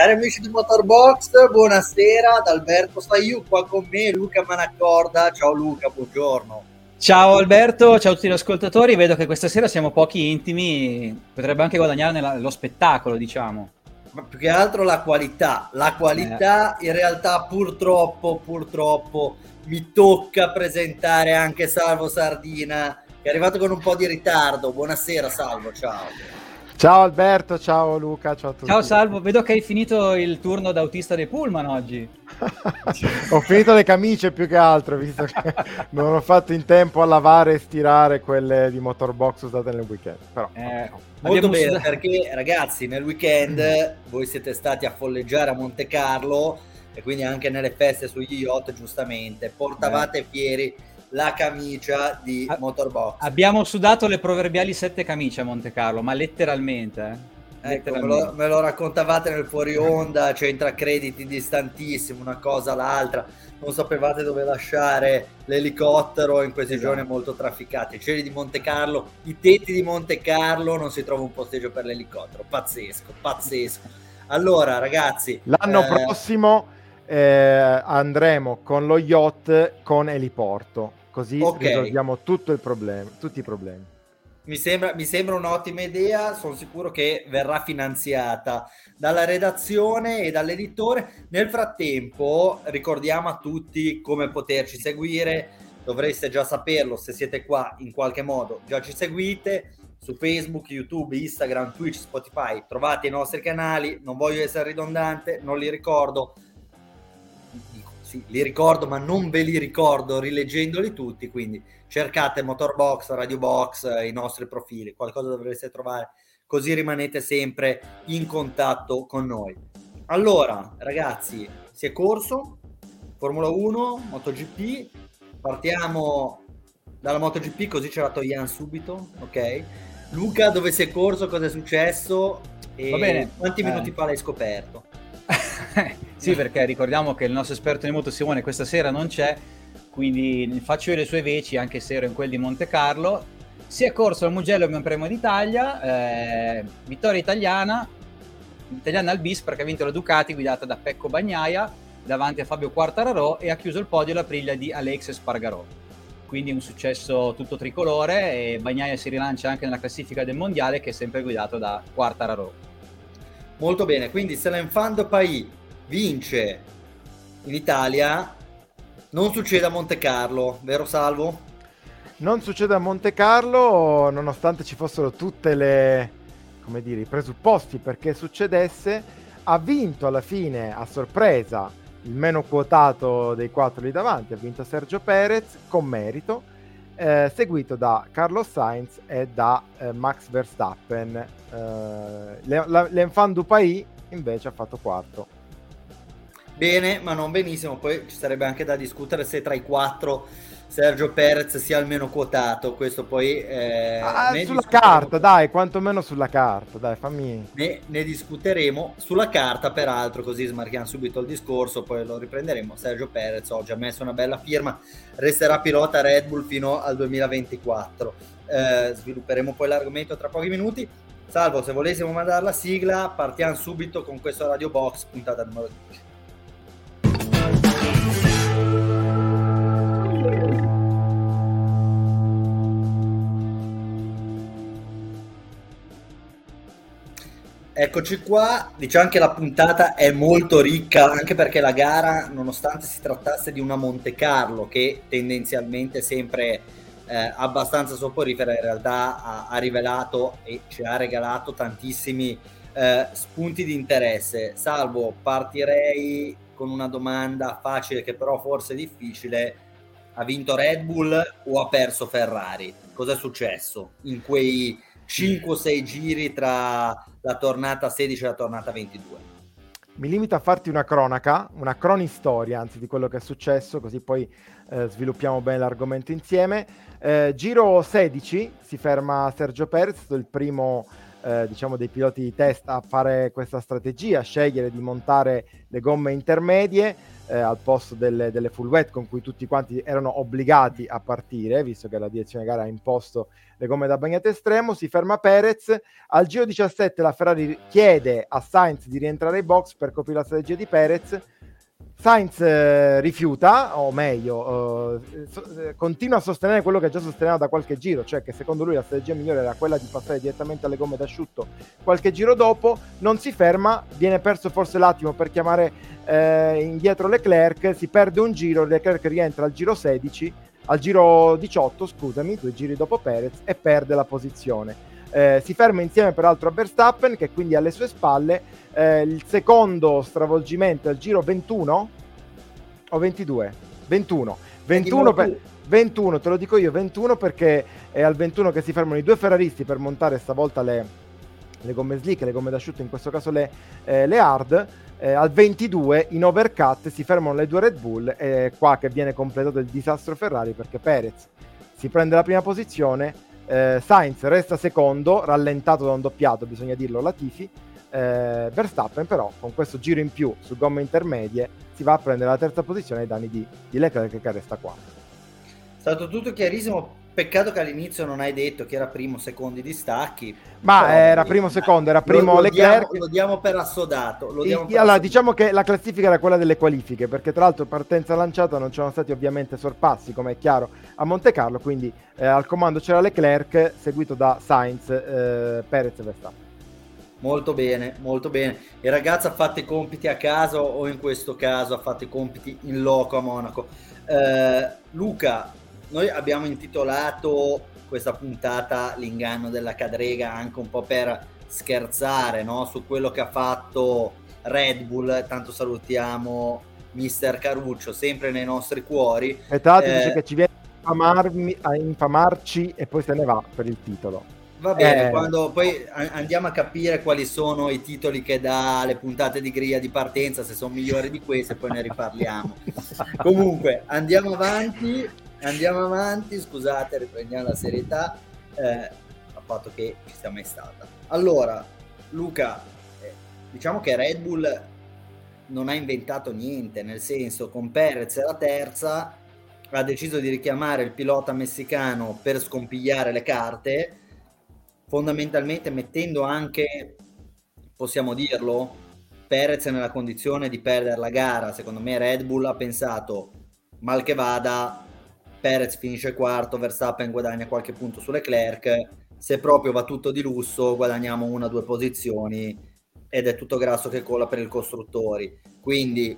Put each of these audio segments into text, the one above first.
Cari amici di Motorbox, buonasera, ad Alberto Staiu qua con me, Luca Manaccorda. Ciao Luca, buongiorno. Ciao Alberto, ciao a tutti gli ascoltatori. Vedo che questa sera siamo pochi intimi, potrebbe anche guadagnarne lo spettacolo, diciamo. Ma più che altro la qualità in realtà purtroppo mi tocca presentare anche Salvo Sardina, che è arrivato con un po' di ritardo. Buonasera Salvo, ciao. Ciao Alberto, ciao Luca, ciao a tutti. Ciao Salvo, vedo che hai finito il turno da autista dei pullman oggi. Ho finito le camicie più che altro, visto che non ho fatto in tempo a lavare e stirare quelle di Motorbox usate nel weekend. Però, molto bene, perché ragazzi nel weekend voi siete stati a folleggiare a Monte Carlo e quindi anche nelle feste sugli yacht, giustamente portavate fieri la camicia di Motorbox. Abbiamo sudato le proverbiali 7 camicie a Monte Carlo, ma letteralmente. Ecco, me lo raccontavate nel fuori onda, cioè intrakrediti distantissimo, una cosa l'altra, non sapevate dove lasciare l'elicottero in questi giorni molto trafficati. I cieli di Monte Carlo, i tetti di Monte Carlo, non si trova un posteggio per l'elicottero. Pazzesco. Allora ragazzi, l'anno prossimo andremo con lo yacht con eliporto, così risolviamo tutti i problemi. Mi sembra un'ottima idea, sono sicuro che verrà finanziata dalla redazione e dall'editore. Nel frattempo ricordiamo a tutti come poterci seguire, dovreste già saperlo se siete qua in qualche modo, già ci seguite su Facebook, YouTube, Instagram, Twitch, Spotify, trovate i nostri canali, non voglio essere ridondante, non li ricordo, sì, li ricordo ma non ve li ricordo rileggendoli tutti, quindi cercate Motorbox, Radio Box, i nostri profili, qualcosa dovreste trovare, così rimanete sempre in contatto con noi. Allora ragazzi, si è corso Formula 1, MotoGP, partiamo dalla MotoGP così ce la togliamo subito, ok? Luca, dove si è corso, cosa è successo e va bene. Quanti minuti fa l'hai scoperto? Sì, perché ricordiamo che il nostro esperto di moto Simone questa sera non c'è, quindi faccio io le sue veci, anche se ero in quel di Monte Carlo. Si è corso al Mugello Gran Premio d'Italia, vittoria italiana al bis, perché ha vinto la Ducati guidata da Pecco Bagnaia davanti a Fabio Quartararo e ha chiuso il podio la priglia di Alex Espargaró. Quindi un successo tutto tricolore e Bagnaia si rilancia anche nella classifica del mondiale, che è sempre guidato da Quartararo. Molto bene, quindi se l'Enfant de Paris vince in Italia, non succede a Monte Carlo, vero Salvo? Non succede a Monte Carlo, nonostante ci fossero tutte le, come dire, i presupposti perché succedesse. Ha vinto alla fine, a sorpresa, il meno quotato dei 4 lì davanti, ha vinto Sergio Perez con merito, seguito da Carlos Sainz e da Max Verstappen. L'Enfant du Pays invece ha fatto quarto. Bene, ma non benissimo, poi ci sarebbe anche da discutere se tra i 4 Sergio Perez sia almeno quotato, questo poi sulla carta, dai, quantomeno sulla carta, dai, fammi. Ne discuteremo sulla carta, peraltro, così smarchiamo subito il discorso, poi lo riprenderemo. Sergio Perez oggi ha messo una bella firma, resterà pilota Red Bull fino al 2024. Svilupperemo poi l'argomento tra pochi minuti. Salvo, se volessimo mandare la sigla, partiamo subito con questo Radio Box, puntata numero 10. Eccoci qua, diciamo che la puntata è molto ricca, anche perché la gara, nonostante si trattasse di una Monte Carlo che tendenzialmente sempre abbastanza soporifera, in realtà ha rivelato e ci ha regalato tantissimi spunti di interesse. Salvo, partirei con una domanda facile che però forse è difficile: ha vinto Red Bull o ha perso Ferrari? Cosa è successo in quei 5-6 giri tra la tornata 16 e la tornata 22? Mi limito a farti una cronistoria, anzi, di quello che è successo, così poi sviluppiamo bene l'argomento insieme. Giro 16 si ferma Sergio Perez, è stato il primo diciamo dei piloti di testa a fare questa strategia, a scegliere di montare le gomme intermedie. al posto delle full wet con cui tutti quanti erano obbligati a partire, visto che la direzione gara ha imposto le gomme da bagnate estremo. Si ferma Perez, al giro 17 la Ferrari chiede a Sainz di rientrare ai box per coprire la strategia di Perez. Sainz rifiuta, o meglio continua a sostenere quello che già sosteneva da qualche giro, cioè che secondo lui la strategia migliore era quella di passare direttamente alle gomme d'asciutto qualche giro dopo. Non si ferma, viene perso forse l'attimo per chiamare indietro Leclerc, si perde un giro, Leclerc rientra al giro 16, al giro 18 scusami, 2 giri dopo Perez, e perde la posizione. Si ferma insieme peraltro a Verstappen, che quindi alle sue spalle il secondo stravolgimento al giro 21 o 22? 21 21, te lo dico io, 21, perché è al 21 che si fermano i due ferraristi per montare stavolta le gomme slick, le gomme d'asciutto, in questo caso le hard. Al 22 in overcut si fermano le due Red Bull, qua che viene completato il disastro Ferrari, perché Perez si prende la prima posizione, Sainz resta secondo, rallentato da un doppiato, bisogna dirlo, Latifi. Verstappen però con questo giro in più su gomme intermedie si va a prendere la terza posizione ai danni di Leclerc, che resta quarto. È stato tutto chiarissimo, peccato che all'inizio non hai detto che era primo, secondi distacchi, ma però, era primo, secondo, era primo Leclerc. Lo diamo per assodato. Allora, diciamo che la classifica era quella delle qualifiche, perché tra l'altro partenza lanciata non c'erano stati ovviamente sorpassi, come è chiaro, a Monte Carlo, quindi al comando c'era Leclerc, seguito da Sainz, Perez e Verstappen. Molto bene, molto bene. Il ragazzo ha fatto i compiti a casa, o in questo caso ha fatto i compiti in loco a Monaco. Luca, noi abbiamo intitolato questa puntata L'inganno della cadrega, anche un po' per scherzare, no? Su quello che ha fatto Red Bull. Tanto salutiamo Mister Caruccio, sempre nei nostri cuori. E tra l'altro dice che ci viene a infamarci e poi se ne va per il titolo. Va bene, quando poi andiamo a capire quali sono i titoli che dà le puntate di griglia di partenza, se sono migliori di queste, poi ne riparliamo. Comunque, andiamo avanti, scusate, riprendiamo la serietà, a patto che ci sia mai stata. Allora, Luca, diciamo che Red Bull non ha inventato niente, nel senso, con Perez la terza, ha deciso di richiamare il pilota messicano per scompigliare le carte, fondamentalmente mettendo anche, possiamo dirlo, Perez nella condizione di perdere la gara. Secondo me Red Bull ha pensato, mal che vada, Perez finisce quarto, Verstappen guadagna qualche punto su Leclerc, se proprio va tutto di lusso guadagniamo 1 o 2 posizioni ed è tutto grasso che cola per il costruttori. Quindi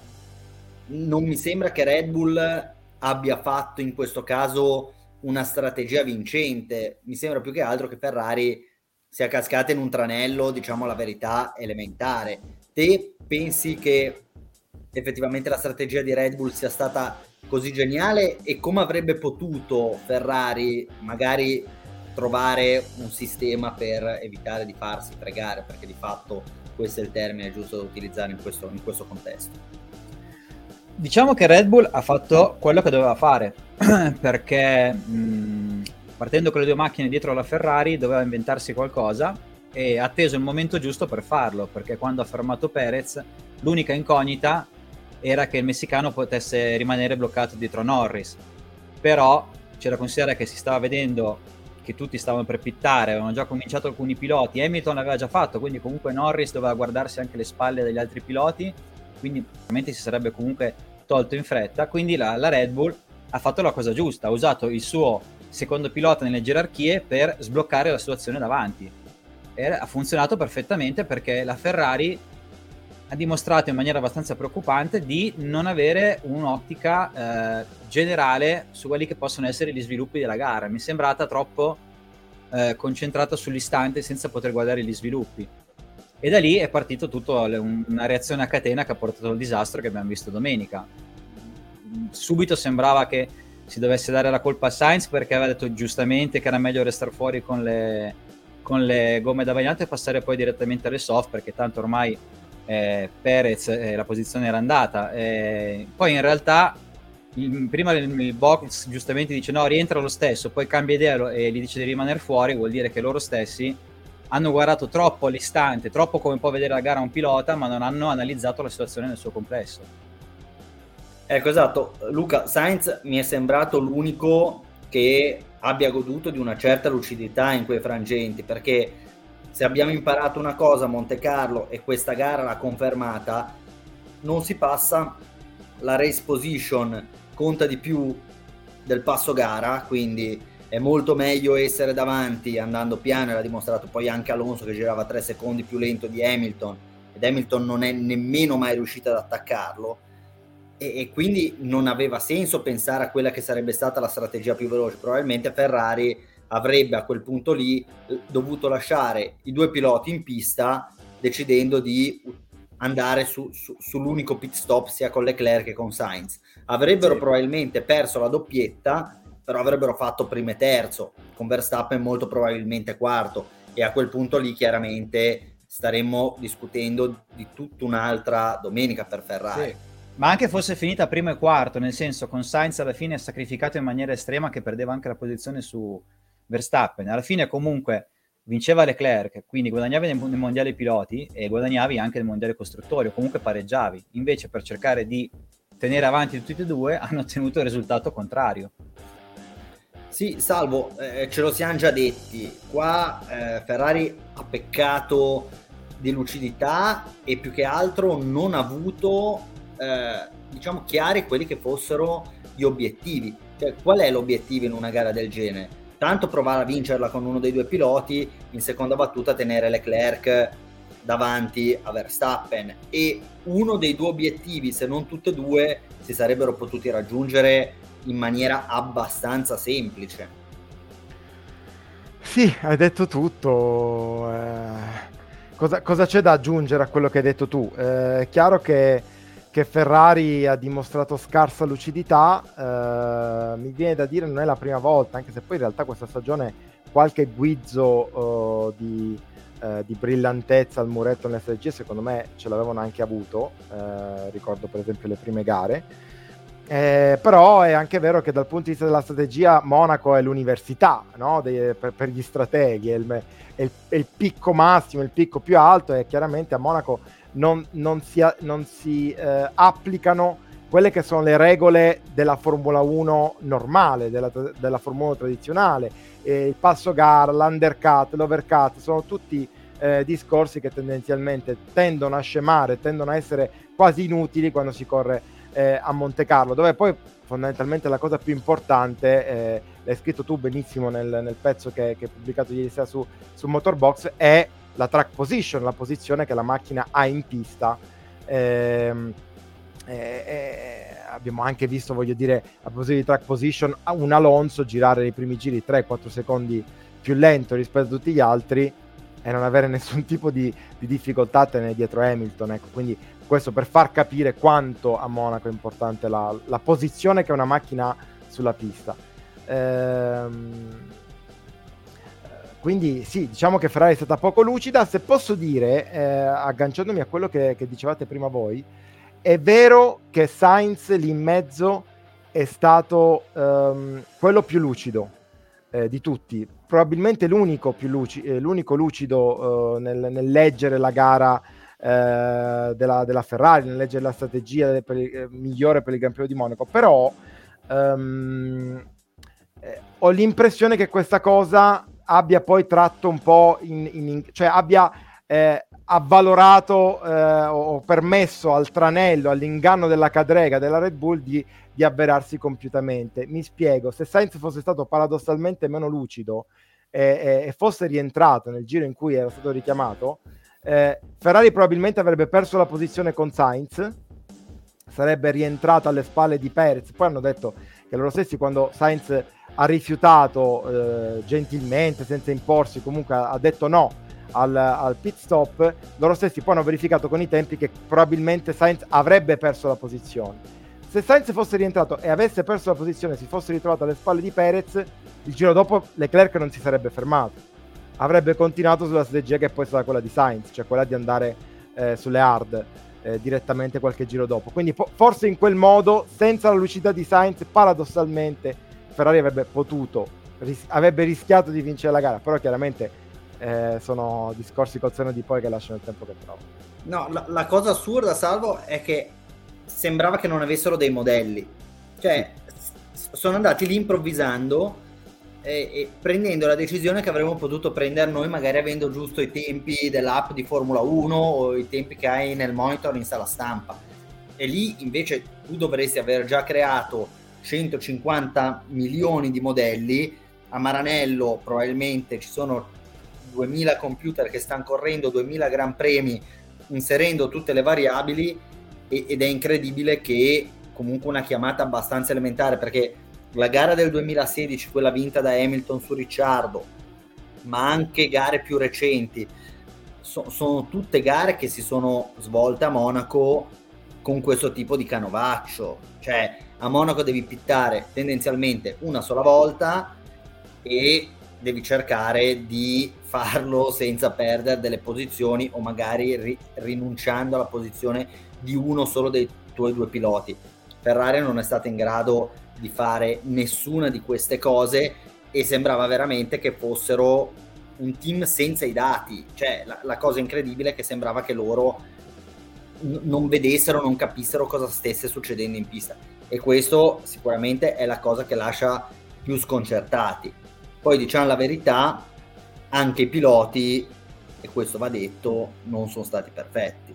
non mi sembra che Red Bull abbia fatto in questo caso una strategia vincente, mi sembra più che altro che Ferrari sia cascata in un tranello, diciamo la verità, elementare. Te pensi che effettivamente la strategia di Red Bull sia stata così geniale, e come avrebbe potuto Ferrari magari trovare un sistema per evitare di farsi fregare, perché di fatto questo è il termine giusto da utilizzare in questo contesto? Diciamo che Red Bull ha fatto quello che doveva fare, perché partendo con le due macchine dietro la Ferrari doveva inventarsi qualcosa e ha atteso il momento giusto per farlo, perché quando ha fermato Perez l'unica incognita era che il messicano potesse rimanere bloccato dietro a Norris, però c'è da considerare che si stava vedendo che tutti stavano per pittare, avevano già cominciato alcuni piloti, Hamilton l'aveva già fatto, quindi comunque Norris doveva guardarsi anche le spalle degli altri piloti, quindi probabilmente si sarebbe comunque tolto in fretta. Quindi la Red Bull ha fatto la cosa giusta, ha usato il suo secondo pilota nelle gerarchie per sbloccare la situazione davanti, e ha funzionato perfettamente, perché la Ferrari ha dimostrato in maniera abbastanza preoccupante di non avere un'ottica generale su quelli che possono essere gli sviluppi della gara. Mi è sembrata troppo concentrata sull'istante senza poter guardare gli sviluppi, e da lì è partito tutto una reazione a catena che ha portato al disastro che abbiamo visto domenica. Subito sembrava che si dovesse dare la colpa a Sainz, perché aveva detto giustamente che era meglio restare fuori con le gomme da bagnate e passare poi direttamente alle soft, perché tanto ormai Perez la posizione era andata. Poi in realtà prima il box giustamente dice no, rientra lo stesso, poi cambia idea e gli dice di rimanere fuori. Vuol dire che loro stessi hanno guardato troppo all'istante, troppo come può vedere la gara un pilota, ma non hanno analizzato la situazione nel suo complesso. Ecco, esatto. Luca, Sainz mi è sembrato l'unico che abbia goduto di una certa lucidità in quei frangenti, perché se abbiamo imparato una cosa a Monte Carlo e questa gara l'ha confermata, non si passa, la race position conta di più del passo gara, quindi è molto meglio essere davanti andando piano, e l'ha dimostrato poi anche Alonso che girava 3 secondi più lento di Hamilton, ed Hamilton non è nemmeno mai riuscito ad attaccarlo, e quindi non aveva senso pensare a quella che sarebbe stata la strategia più veloce. Probabilmente Ferrari avrebbe a quel punto lì dovuto lasciare i due piloti in pista, decidendo di andare sull'unico pit stop sia con Leclerc che con Sainz. Avrebbero probabilmente perso la doppietta, però avrebbero fatto primo e terzo, con Verstappen molto probabilmente quarto, e a quel punto lì chiaramente staremmo discutendo di tutta un'altra domenica per Ferrari. Sì. Ma anche fosse finita primo e quarto, nel senso, con Sainz alla fine sacrificato in maniera estrema, che perdeva anche la posizione su Verstappen, alla fine comunque vinceva Leclerc, quindi guadagnavi nel mondiale piloti e guadagnavi anche nel mondiale costruttori, o comunque pareggiavi. Invece, per cercare di tenere avanti tutti e due, hanno ottenuto il risultato contrario. Sì, Salvo, ce lo siamo già detti, qua Ferrari ha peccato di lucidità e più che altro non ha avuto diciamo chiari quelli che fossero gli obiettivi. Cioè, qual è l'obiettivo in una gara del genere? Tanto provare a vincerla con uno dei due piloti, in seconda battuta tenere Leclerc davanti a Verstappen, e uno dei due obiettivi, se non tutti e due, si sarebbero potuti raggiungere in maniera abbastanza semplice. Sì, hai detto tutto. Cosa c'è da aggiungere a quello che hai detto tu? È chiaro che Ferrari ha dimostrato scarsa lucidità, mi viene da dire non è la prima volta, anche se poi in realtà questa stagione qualche guizzo di brillantezza al muretto nelle strategie secondo me ce l'avevano anche avuto, ricordo per esempio le prime gare, però è anche vero che dal punto di vista della strategia Monaco è l'università, no? Per gli strateghi, è il picco massimo, il picco più alto, e chiaramente a Monaco non si applicano quelle che sono le regole della Formula 1 normale, della Formula 1 tradizionale, il passo gara, l'undercut, l'overcut, sono tutti discorsi che tendenzialmente tendono a scemare, tendono a essere quasi inutili quando si corre a Monte Carlo, dove poi fondamentalmente la cosa più importante, l'hai scritto tu benissimo nel pezzo che hai pubblicato ieri sera su Motorbox, è la track position, la posizione che la macchina ha in pista. Abbiamo anche visto, voglio dire, a proposito di track position, un Alonso girare nei primi giri 3-4 secondi più lento rispetto a tutti gli altri e non avere nessun tipo di difficoltà a tenere dietro Hamilton, ecco. Quindi questo per far capire quanto a Monaco è importante la posizione che una macchina ha sulla pista. Quindi sì, diciamo che Ferrari è stata poco lucida. Se posso dire, agganciandomi a quello che dicevate prima voi, è vero che Sainz lì in mezzo è stato quello più lucido di tutti, probabilmente l'unico lucido nel leggere la gara della Ferrari, nel leggere la strategia migliore per il Gran Premio di Monaco. Però ho l'impressione che questa cosa abbia poi tratto un po' cioè abbia avvalorato o permesso al tranello, all'inganno della cadrega della Red Bull di avverarsi compiutamente. Mi spiego: se Sainz fosse stato paradossalmente meno lucido e fosse rientrato nel giro in cui era stato richiamato, Ferrari probabilmente avrebbe perso la posizione con Sainz, sarebbe rientrato alle spalle di Perez. Poi hanno detto che loro stessi, quando Sainz ha rifiutato gentilmente, senza imporsi, comunque ha detto no al pit stop, loro stessi poi hanno verificato con i tempi che probabilmente Sainz avrebbe perso la posizione. Se Sainz fosse rientrato e avesse perso la posizione, si fosse ritrovato alle spalle di Perez, il giro dopo Leclerc non si sarebbe fermato, avrebbe continuato sulla strategia che poi è stata quella di Sainz, cioè quella di andare sulle hard direttamente qualche giro dopo. Quindi forse in quel modo, senza la lucidità di Sainz, paradossalmente Ferrari avrebbe rischiato di vincere la gara. Però chiaramente sono discorsi col senno di poi che lasciano il tempo che trovano. No, la cosa assurda, Salvo, è che sembrava che non avessero dei modelli, cioè sono andati lì improvvisando e prendendo la decisione che avremmo potuto prendere noi, magari avendo giusto i tempi dell'app di Formula 1 o i tempi che hai nel monitor in sala stampa. E lì invece tu dovresti aver già creato 150 milioni di modelli. A Maranello probabilmente ci sono 2000 computer che stanno correndo 2000 gran premi inserendo tutte le variabili, ed è incredibile che comunque una chiamata abbastanza elementare, perché la gara del 2016, quella vinta da Hamilton su Ricciardo, ma anche gare più recenti, sono tutte gare che si sono svolte a Monaco con questo tipo di canovaccio. Cioè a Monaco devi pittare tendenzialmente una sola volta e devi cercare di farlo senza perdere delle posizioni o magari rinunciando alla posizione di uno solo dei tuoi due piloti. Ferrari non è stata in grado di fare nessuna di queste cose e sembrava veramente che fossero un team senza i dati. Cioè la cosa incredibile è che sembrava che loro non vedessero, non capissero cosa stesse succedendo in pista, e questo sicuramente è la cosa che lascia più sconcertati. Poi diciamo la verità, anche i piloti, e questo va detto, non sono stati perfetti.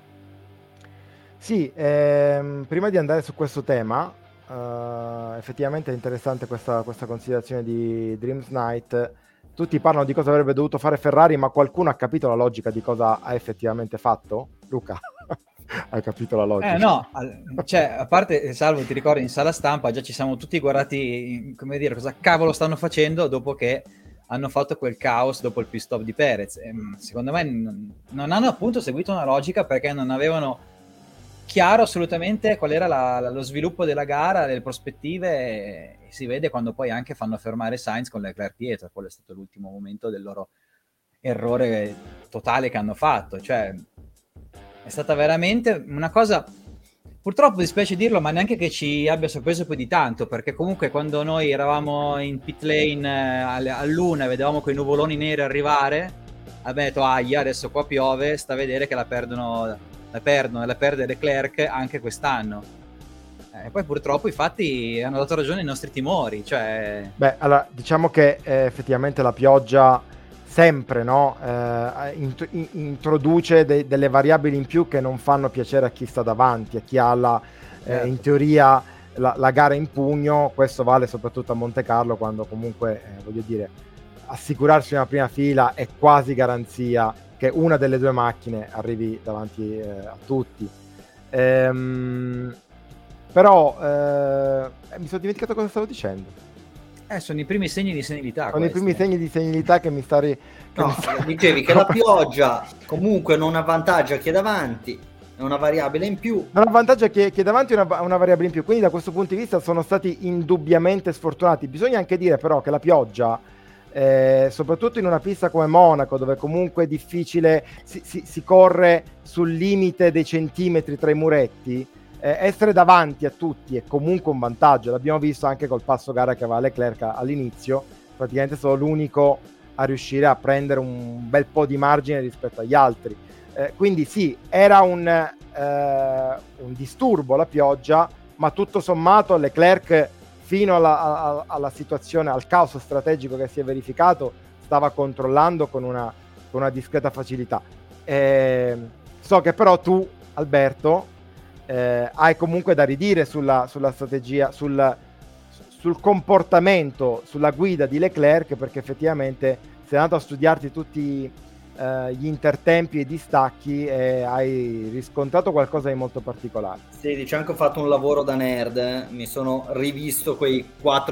Sì, prima di andare su questo tema, effettivamente è interessante questa considerazione di Dreams Night. Tutti parlano di cosa avrebbe dovuto fare Ferrari, ma qualcuno ha capito la logica di cosa ha effettivamente fatto? Luca, hai capito la logica? No, cioè, a parte, Salvo, ti ricordi, in sala stampa già ci siamo tutti guardati, come dire, cosa cavolo stanno facendo dopo che hanno fatto quel caos dopo il pit stop di Perez. Secondo me non hanno appunto seguito una logica, perché non avevano chiaro assolutamente qual era lo sviluppo della gara, le prospettive, e si vede quando poi anche fanno fermare Sainz con Leclerc dietro. Quello è stato l'ultimo momento del loro errore totale che hanno fatto. Cioè è stata veramente una cosa, purtroppo dispiace dirlo, ma neanche che ci abbia sorpreso più di tanto, perché comunque quando noi eravamo in pit lane all'1 e vedevamo quei nuvoloni neri arrivare, abbiamo detto ahia, adesso qua piove, sta a vedere che la perde Leclerc anche quest'anno. Poi purtroppo i fatti hanno dato ragione ai nostri timori. Cioè... Beh, allora diciamo che effettivamente la pioggia sempre, no, introduce delle variabili in più che non fanno piacere a chi sta davanti, a chi ha in teoria la gara in pugno. Questo vale soprattutto a Monte Carlo, quando comunque voglio dire, assicurarsi una prima fila è quasi garanzia che una delle due macchine arrivi davanti a tutti. Però mi sono dimenticato cosa stavo dicendo. Sono i primi segni di senilità. Sono i primi segni di senilità che mi sta dicevi che la pioggia comunque non avvantaggia chi è davanti, è una variabile in più. Non avvantaggia chi è davanti, una variabile in più. Quindi da questo punto di vista sono stati indubbiamente sfortunati. Bisogna anche dire però che la pioggia, soprattutto in una pista come Monaco, dove comunque è difficile, si corre sul limite dei centimetri tra i muretti, essere davanti a tutti è comunque un vantaggio. L'abbiamo visto anche col passo gara che aveva Leclerc all'inizio, praticamente solo l'unico a riuscire a prendere un bel po' di margine rispetto agli altri. Quindi sì, era un disturbo la pioggia, ma tutto sommato Leclerc, fino alla situazione, al caos strategico che si è verificato, stava controllando con una discreta facilità. So che però tu, Alberto, hai comunque da ridire sulla strategia, sul comportamento, sulla guida di Leclerc, perché effettivamente sei andato a studiarti tutti gli intertempi e i distacchi e hai riscontrato qualcosa di molto particolare. Sì, diciamo che ho fatto un lavoro da nerd, mi sono rivisto quei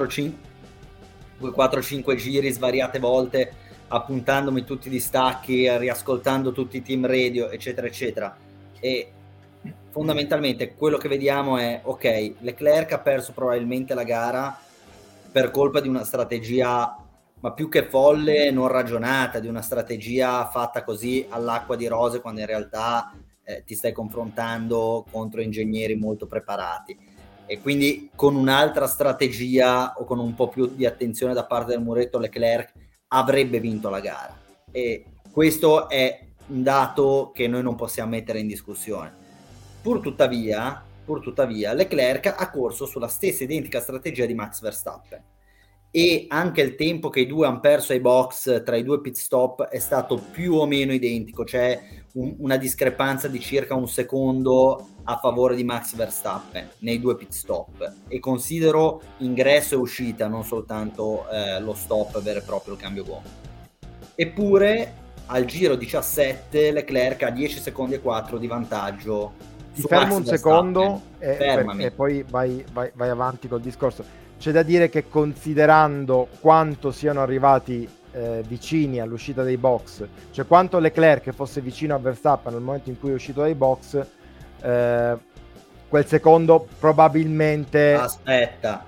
4-5 giri svariate volte, appuntandomi tutti i distacchi, riascoltando tutti i team radio, eccetera eccetera, e fondamentalmente quello che vediamo è ok, Leclerc ha perso probabilmente la gara per colpa di una strategia, ma più che folle, non ragionata, di una strategia fatta così all'acqua di rose, quando in realtà ti stai confrontando contro ingegneri molto preparati, e quindi con un'altra strategia o con un po' più di attenzione da parte del muretto Leclerc avrebbe vinto la gara, e questo è un dato che noi non possiamo mettere in discussione. Pur tuttavia pur tuttavia Leclerc ha corso sulla stessa identica strategia di Max Verstappen, e anche il tempo che i due hanno perso ai box tra i due pit stop è stato più o meno identico, c'è una discrepanza di circa un secondo a favore di Max Verstappen nei due pit stop, e considero ingresso e uscita, non soltanto lo stop vero e proprio, il cambio gomma. Eppure al giro 17 Leclerc ha 10 secondi e 4 di vantaggio. Ti fermo un secondo e poi vai avanti col discorso. C'è da dire che, considerando quanto siano arrivati vicini all'uscita dei box, cioè quanto Leclerc fosse vicino a Verstappen nel momento in cui è uscito dai box, quel secondo probabilmente... Aspetta.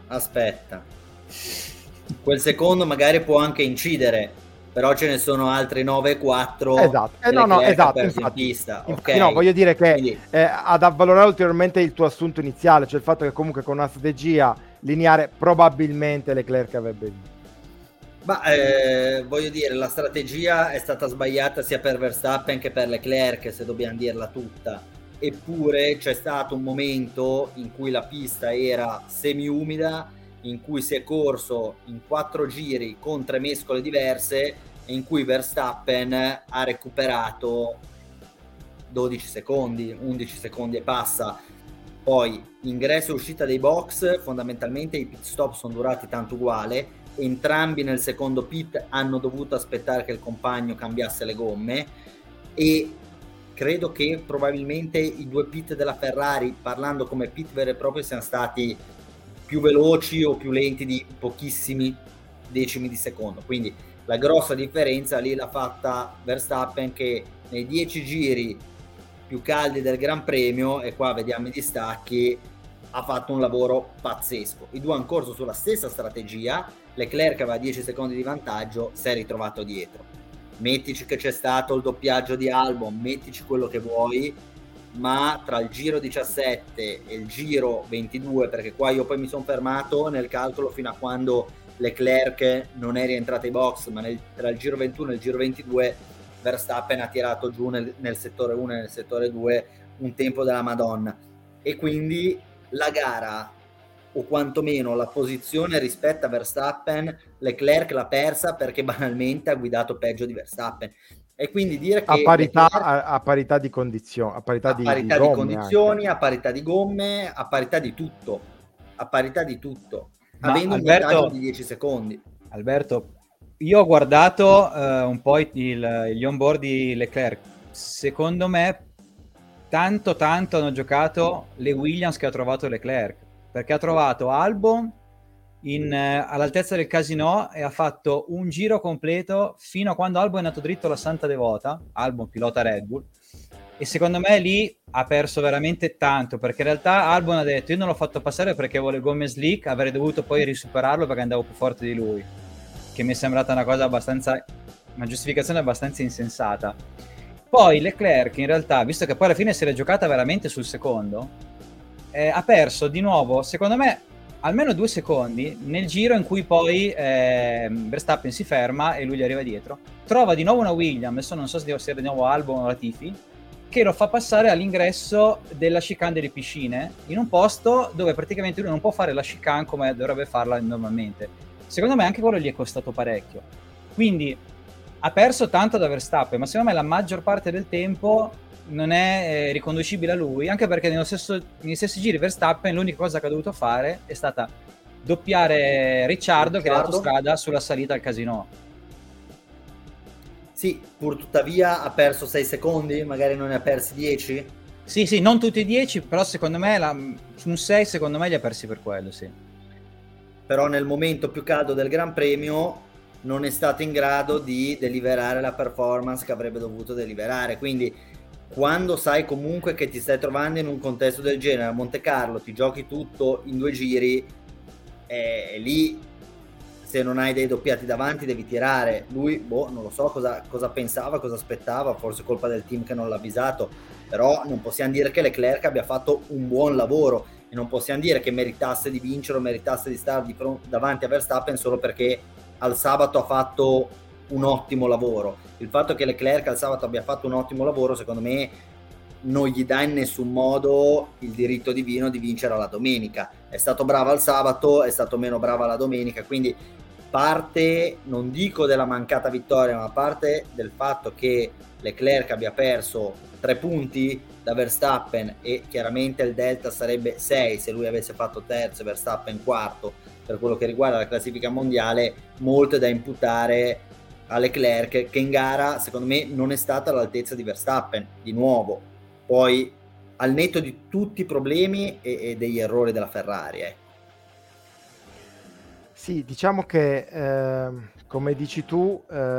Quel secondo magari può anche incidere, però ce ne sono altri 9,4. Esatto. Esatto, infatti, pista. Okay. No, voglio dire che quindi, ad avvalorare ulteriormente il tuo assunto iniziale, cioè il fatto che comunque con una strategia lineare probabilmente Leclerc avrebbe vinto. Ma voglio dire, la strategia è stata sbagliata sia per Verstappen che per Leclerc, se dobbiamo dirla tutta. Eppure c'è stato un momento in cui la pista era semi-umida, in cui si è corso in 4 giri con 3 mescole diverse, e in cui Verstappen ha recuperato 12 secondi, 11 secondi e passa. Poi ingresso e uscita dei box, fondamentalmente i pit stop sono durati tanto uguale, entrambi nel secondo pit hanno dovuto aspettare che il compagno cambiasse le gomme, e credo che probabilmente i due pit della Ferrari, parlando come pit vero e proprio, siano stati più veloci o più lenti di pochissimi decimi di secondo. Quindi la grossa differenza lì l'ha fatta Verstappen, che nei 10 giri più caldi del Gran Premio, e qua vediamo i distacchi, ha fatto un lavoro pazzesco. I due hanno corso sulla stessa strategia, Leclerc aveva 10 secondi di vantaggio, si è ritrovato dietro. Mettici che c'è stato il doppiaggio di Albon, mettici quello che vuoi, ma tra il giro 17 e il giro 22, perché qua io poi mi sono fermato nel calcolo fino a quando Leclerc non è rientrato ai box, ma tra il giro 21 e il giro 22 Verstappen ha tirato giù nel settore 1 e nel settore 2 un tempo della Madonna, e quindi la gara, o quantomeno la posizione rispetto a Verstappen, Leclerc l'ha persa perché banalmente ha guidato peggio di Verstappen. E quindi dire che a parità di condizioni, a parità di condizioni, a parità di gomme, a parità di tutto, avendo un vantaggio di 10 secondi. Alberto, io ho guardato un po' gli onboard di Leclerc. Secondo me tanto hanno giocato le Williams che ha trovato Leclerc, perché ha trovato Albon all'altezza del Casino e ha fatto un giro completo fino a quando Albon è andato dritto alla Santa Devota. Albon pilota Red Bull, e secondo me lì ha perso veramente tanto, perché in realtà Albon ha detto: io non l'ho fatto passare perché vuole gomme slick, avrei dovuto poi risuperarlo perché andavo più forte di lui, che mi è sembrata una giustificazione abbastanza insensata. Poi Leclerc in realtà, visto che poi alla fine si è giocata veramente sul secondo, ha perso di nuovo, secondo me, almeno 2 secondi nel giro in cui poi Verstappen si ferma e lui gli arriva dietro, trova di nuovo una Williams, adesso non so se sia di nuovo Albon o Latifi, che lo fa passare all'ingresso della chicane delle piscine, in un posto dove praticamente lui non può fare la chicane come dovrebbe farla normalmente. Secondo me anche quello gli è costato parecchio, quindi ha perso tanto da Verstappen, ma secondo me la maggior parte del tempo non è riconducibile a lui, anche perché negli stessi giri Verstappen l'unica cosa che ha dovuto fare è stata doppiare Ricciardo che ha dato strada sulla salita al Casino. Sì, pur tuttavia ha perso 6 secondi, magari non ne ha persi 10? Sì, non tutti i 10, però secondo me su un 6 secondo me li ha persi per quello, sì. Però nel momento più caldo del Gran Premio non è stato in grado di deliberare la performance che avrebbe dovuto deliberare, quindi quando sai comunque che ti stai trovando in un contesto del genere, a Monte Carlo ti giochi tutto in 2 giri, lì se non hai dei doppiati davanti devi tirare. Lui, non lo so cosa pensava, cosa aspettava, forse colpa del team che non l'ha avvisato, però non possiamo dire che Leclerc abbia fatto un buon lavoro, e non possiamo dire che meritasse di vincere o meritasse di stare davanti a Verstappen solo perché al sabato ha fatto un ottimo lavoro. Il fatto che Leclerc al sabato abbia fatto un ottimo lavoro, secondo me, non gli dà in nessun modo il diritto divino di vincere alla domenica. È stato bravo al sabato, è stato meno bravo alla domenica, quindi parte, non dico della mancata vittoria, ma parte del fatto che Leclerc abbia perso 3 punti da Verstappen, e chiaramente il delta sarebbe 6 se lui avesse fatto terzo e Verstappen quarto per quello che riguarda la classifica mondiale. Molto è da imputare a Leclerc, che in gara secondo me non è stata all'altezza di Verstappen di nuovo, poi al netto di tutti i problemi e degli errori della Ferrari. Sì, diciamo che come dici tu,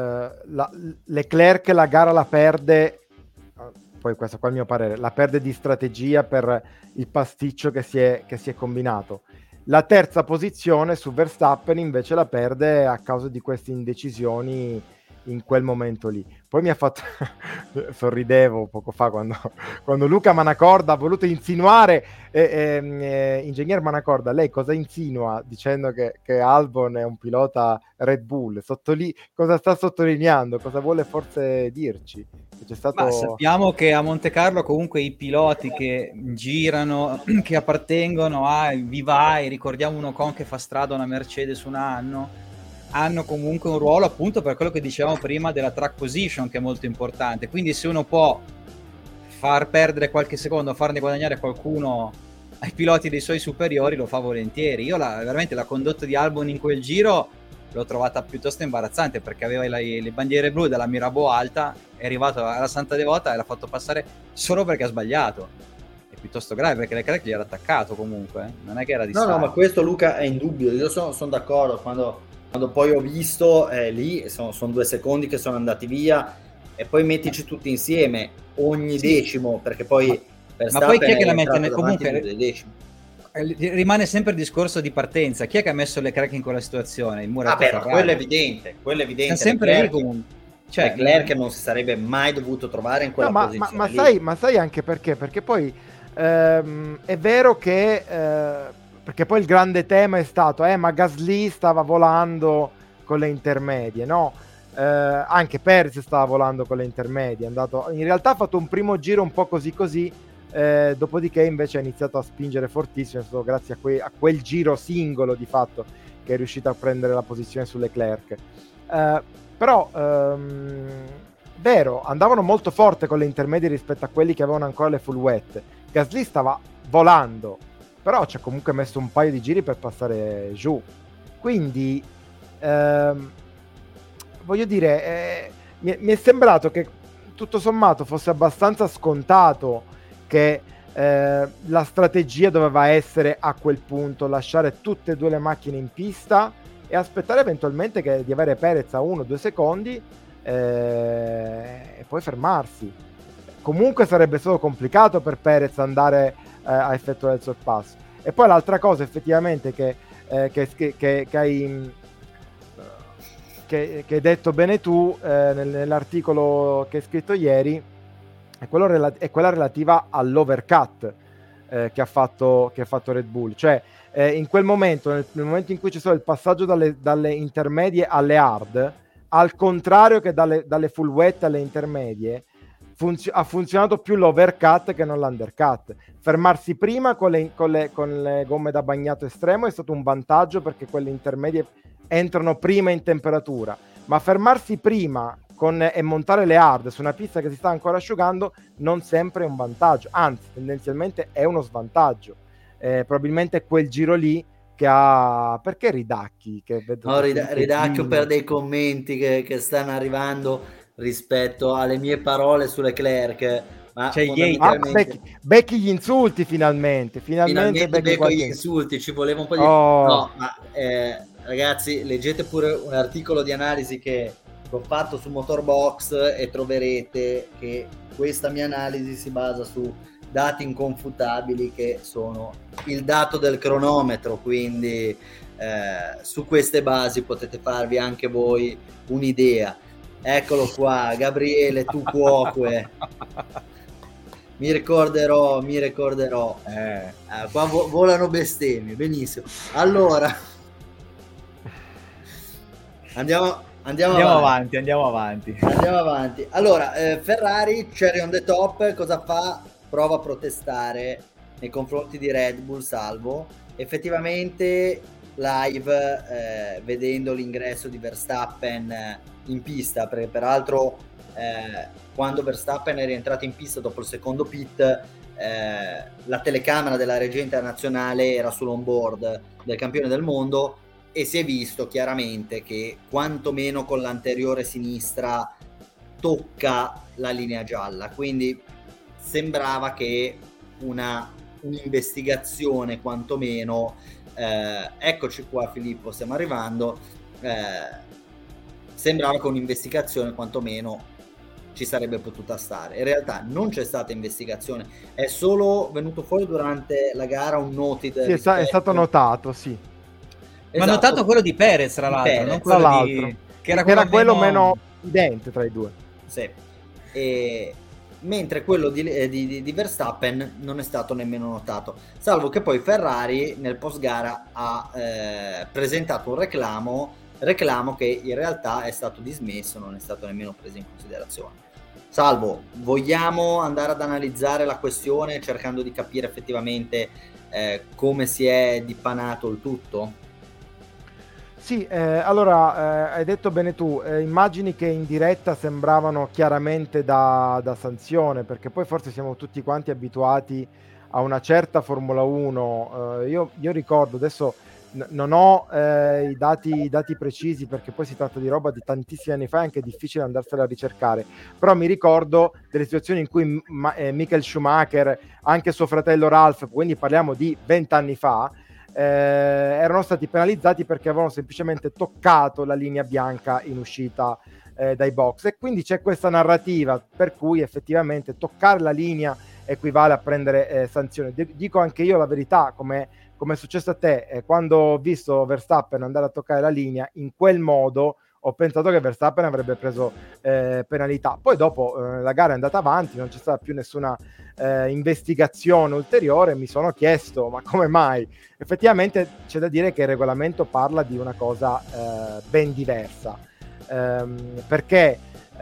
Leclerc la gara la perde, poi questo qua è il mio parere, la perde di strategia per il pasticcio che si è combinato. La terza posizione su Verstappen invece la perde a causa di queste indecisioni in quel momento lì. Poi mi ha fatto sorridevo poco fa quando Luca Manacorda ha voluto insinuare ingegner Manacorda, lei cosa insinua dicendo che Albon è un pilota Red Bull? Cosa sta sottolineando? Cosa vuole forse dirci? C'è stato... Ma sappiamo che a Monte Carlo comunque i piloti che girano, che appartengono ai vivai, ricordiamo un Ocon che fa strada a una Mercedes un anno, hanno comunque un ruolo appunto per quello che dicevamo prima della track position, che è molto importante. Quindi se uno può far perdere qualche secondo, farne guadagnare qualcuno ai piloti dei suoi superiori, lo fa volentieri. Io veramente la condotta di Albon in quel giro l'ho trovata piuttosto imbarazzante, perché aveva le bandiere blu dalla Mirabeau alta, è arrivato alla Santa Devota e l'ha fatto passare solo perché ha sbagliato. È piuttosto grave, perché Leclerc gli era attaccato comunque, non è che era distante. No, ma questo, Luca, è indubbio. Io sono d'accordo. Quando poi ho visto lì, sono 2 secondi che sono andati via, e poi mettici tutti insieme ogni decimo, perché poi ma poi chi è che la mette comunque decimi? Rimane sempre il discorso di partenza. Chi è che ha messo Leclerc in quella situazione? Il muretto Ferrari. Quello è evidente. È sempre Leclerc, lì comunque. Leclerc non si sarebbe mai dovuto trovare in quella posizione. Ma sai anche perché? Perché poi è vero che perché poi il grande tema è stato ma Gasly stava volando con le intermedie, no? Anche Perez stava volando con le intermedie, in realtà ha fatto un primo giro un po' così, dopodiché invece ha iniziato a spingere fortissimo. È stato grazie a quel giro singolo di fatto che è riuscito a prendere la posizione su Leclerc. Però vero, andavano molto forte con le intermedie rispetto a quelli che avevano ancora le full wet. Gasly stava volando, però ci ha comunque messo un paio di giri per passare giù. Quindi voglio dire, mi è sembrato che tutto sommato fosse abbastanza scontato che la strategia doveva essere a quel punto lasciare tutte e 2 le macchine in pista e aspettare eventualmente di avere Perez a 1-2 secondi e poi fermarsi. Comunque sarebbe stato complicato per Perez andare a effettuare il sorpasso. E poi l'altra cosa effettivamente che hai detto bene tu nell'articolo che hai scritto ieri è quella relativa all'overcut che ha fatto Red Bull. Cioè in quel momento, nel momento in cui c'è stato il passaggio dalle intermedie alle hard, al contrario che dalle full wet alle intermedie, ha funzionato più l'overcut che non l'undercut. Fermarsi prima con le gomme da bagnato estremo è stato un vantaggio, perché quelle intermedie entrano prima in temperatura, ma fermarsi prima e montare le hard su una pista che si sta ancora asciugando non sempre è un vantaggio, anzi tendenzialmente è uno svantaggio. Probabilmente quel giro lì che ha... Perché ridacchi? Ridacchio per dei commenti che stanno arrivando rispetto alle mie parole su Leclerc. Ma becchi gli insulti finalmente becco gli insulti, ci voleva un po' di... No, ma ragazzi, leggete pure un articolo di analisi che ho fatto su Motorbox e troverete che questa mia analisi si basa su dati inconfutabili, che sono il dato del cronometro, quindi su queste basi potete farvi anche voi un'idea. Eccolo qua, Gabriele, tu cuoque. Mi ricorderò. Qua volano bestemmie, benissimo. Allora, andiamo avanti. Allora, Ferrari, cherry on the top, cosa fa? prova a protestare nei confronti di Red Bull, Salvo. Effettivamente live, vedendo l'ingresso di Verstappen in pista, perché peraltro quando Verstappen è rientrato in pista dopo il secondo pit, la telecamera della regia internazionale era sull'onboard del campione del mondo e si è visto chiaramente che quantomeno con l'anteriore sinistra tocca la linea gialla, quindi sembrava che un'investigazione quantomeno, eccoci qua Filippo, stiamo arrivando, sembrava che un'investigazione quantomeno ci sarebbe potuta stare. In realtà non c'è stata investigazione, è solo venuto fuori durante la gara un noted. Sì, è stato notato, sì. Ma notato quello di Perez, tra l'altro, Perez, non quello tra l'altro. che era quello meno evidente tra i due. Sì. Mentre quello di Verstappen non è stato nemmeno notato, salvo che poi Ferrari nel post gara ha presentato un reclamo che in realtà è stato dismesso, non è stato nemmeno preso in considerazione. Salvo, vogliamo andare ad analizzare la questione cercando di capire effettivamente come si è dipanato il tutto? Sì, allora hai detto bene tu, immagini che in diretta sembravano chiaramente da sanzione, perché poi forse siamo tutti quanti abituati a una certa Formula 1. Io ricordo, adesso non ho i dati precisi perché poi si tratta di roba di tantissimi anni fa, è anche difficile andarsela a ricercare, però mi ricordo delle situazioni in cui Michael Schumacher, anche suo fratello Ralph, quindi parliamo di 20 anni fa, erano stati penalizzati perché avevano semplicemente toccato la linea bianca in uscita dai box, e quindi c'è questa narrativa per cui effettivamente toccare la linea equivale a prendere sanzioni. Dico anche io la verità, come è successo a te, quando ho visto Verstappen andare a toccare la linea in quel modo ho pensato che Verstappen avrebbe preso penalità. Poi dopo la gara è andata avanti, non c'è stata più nessuna investigazione ulteriore, mi sono chiesto ma come mai? Effettivamente c'è da dire che il regolamento parla di una cosa ben diversa, perché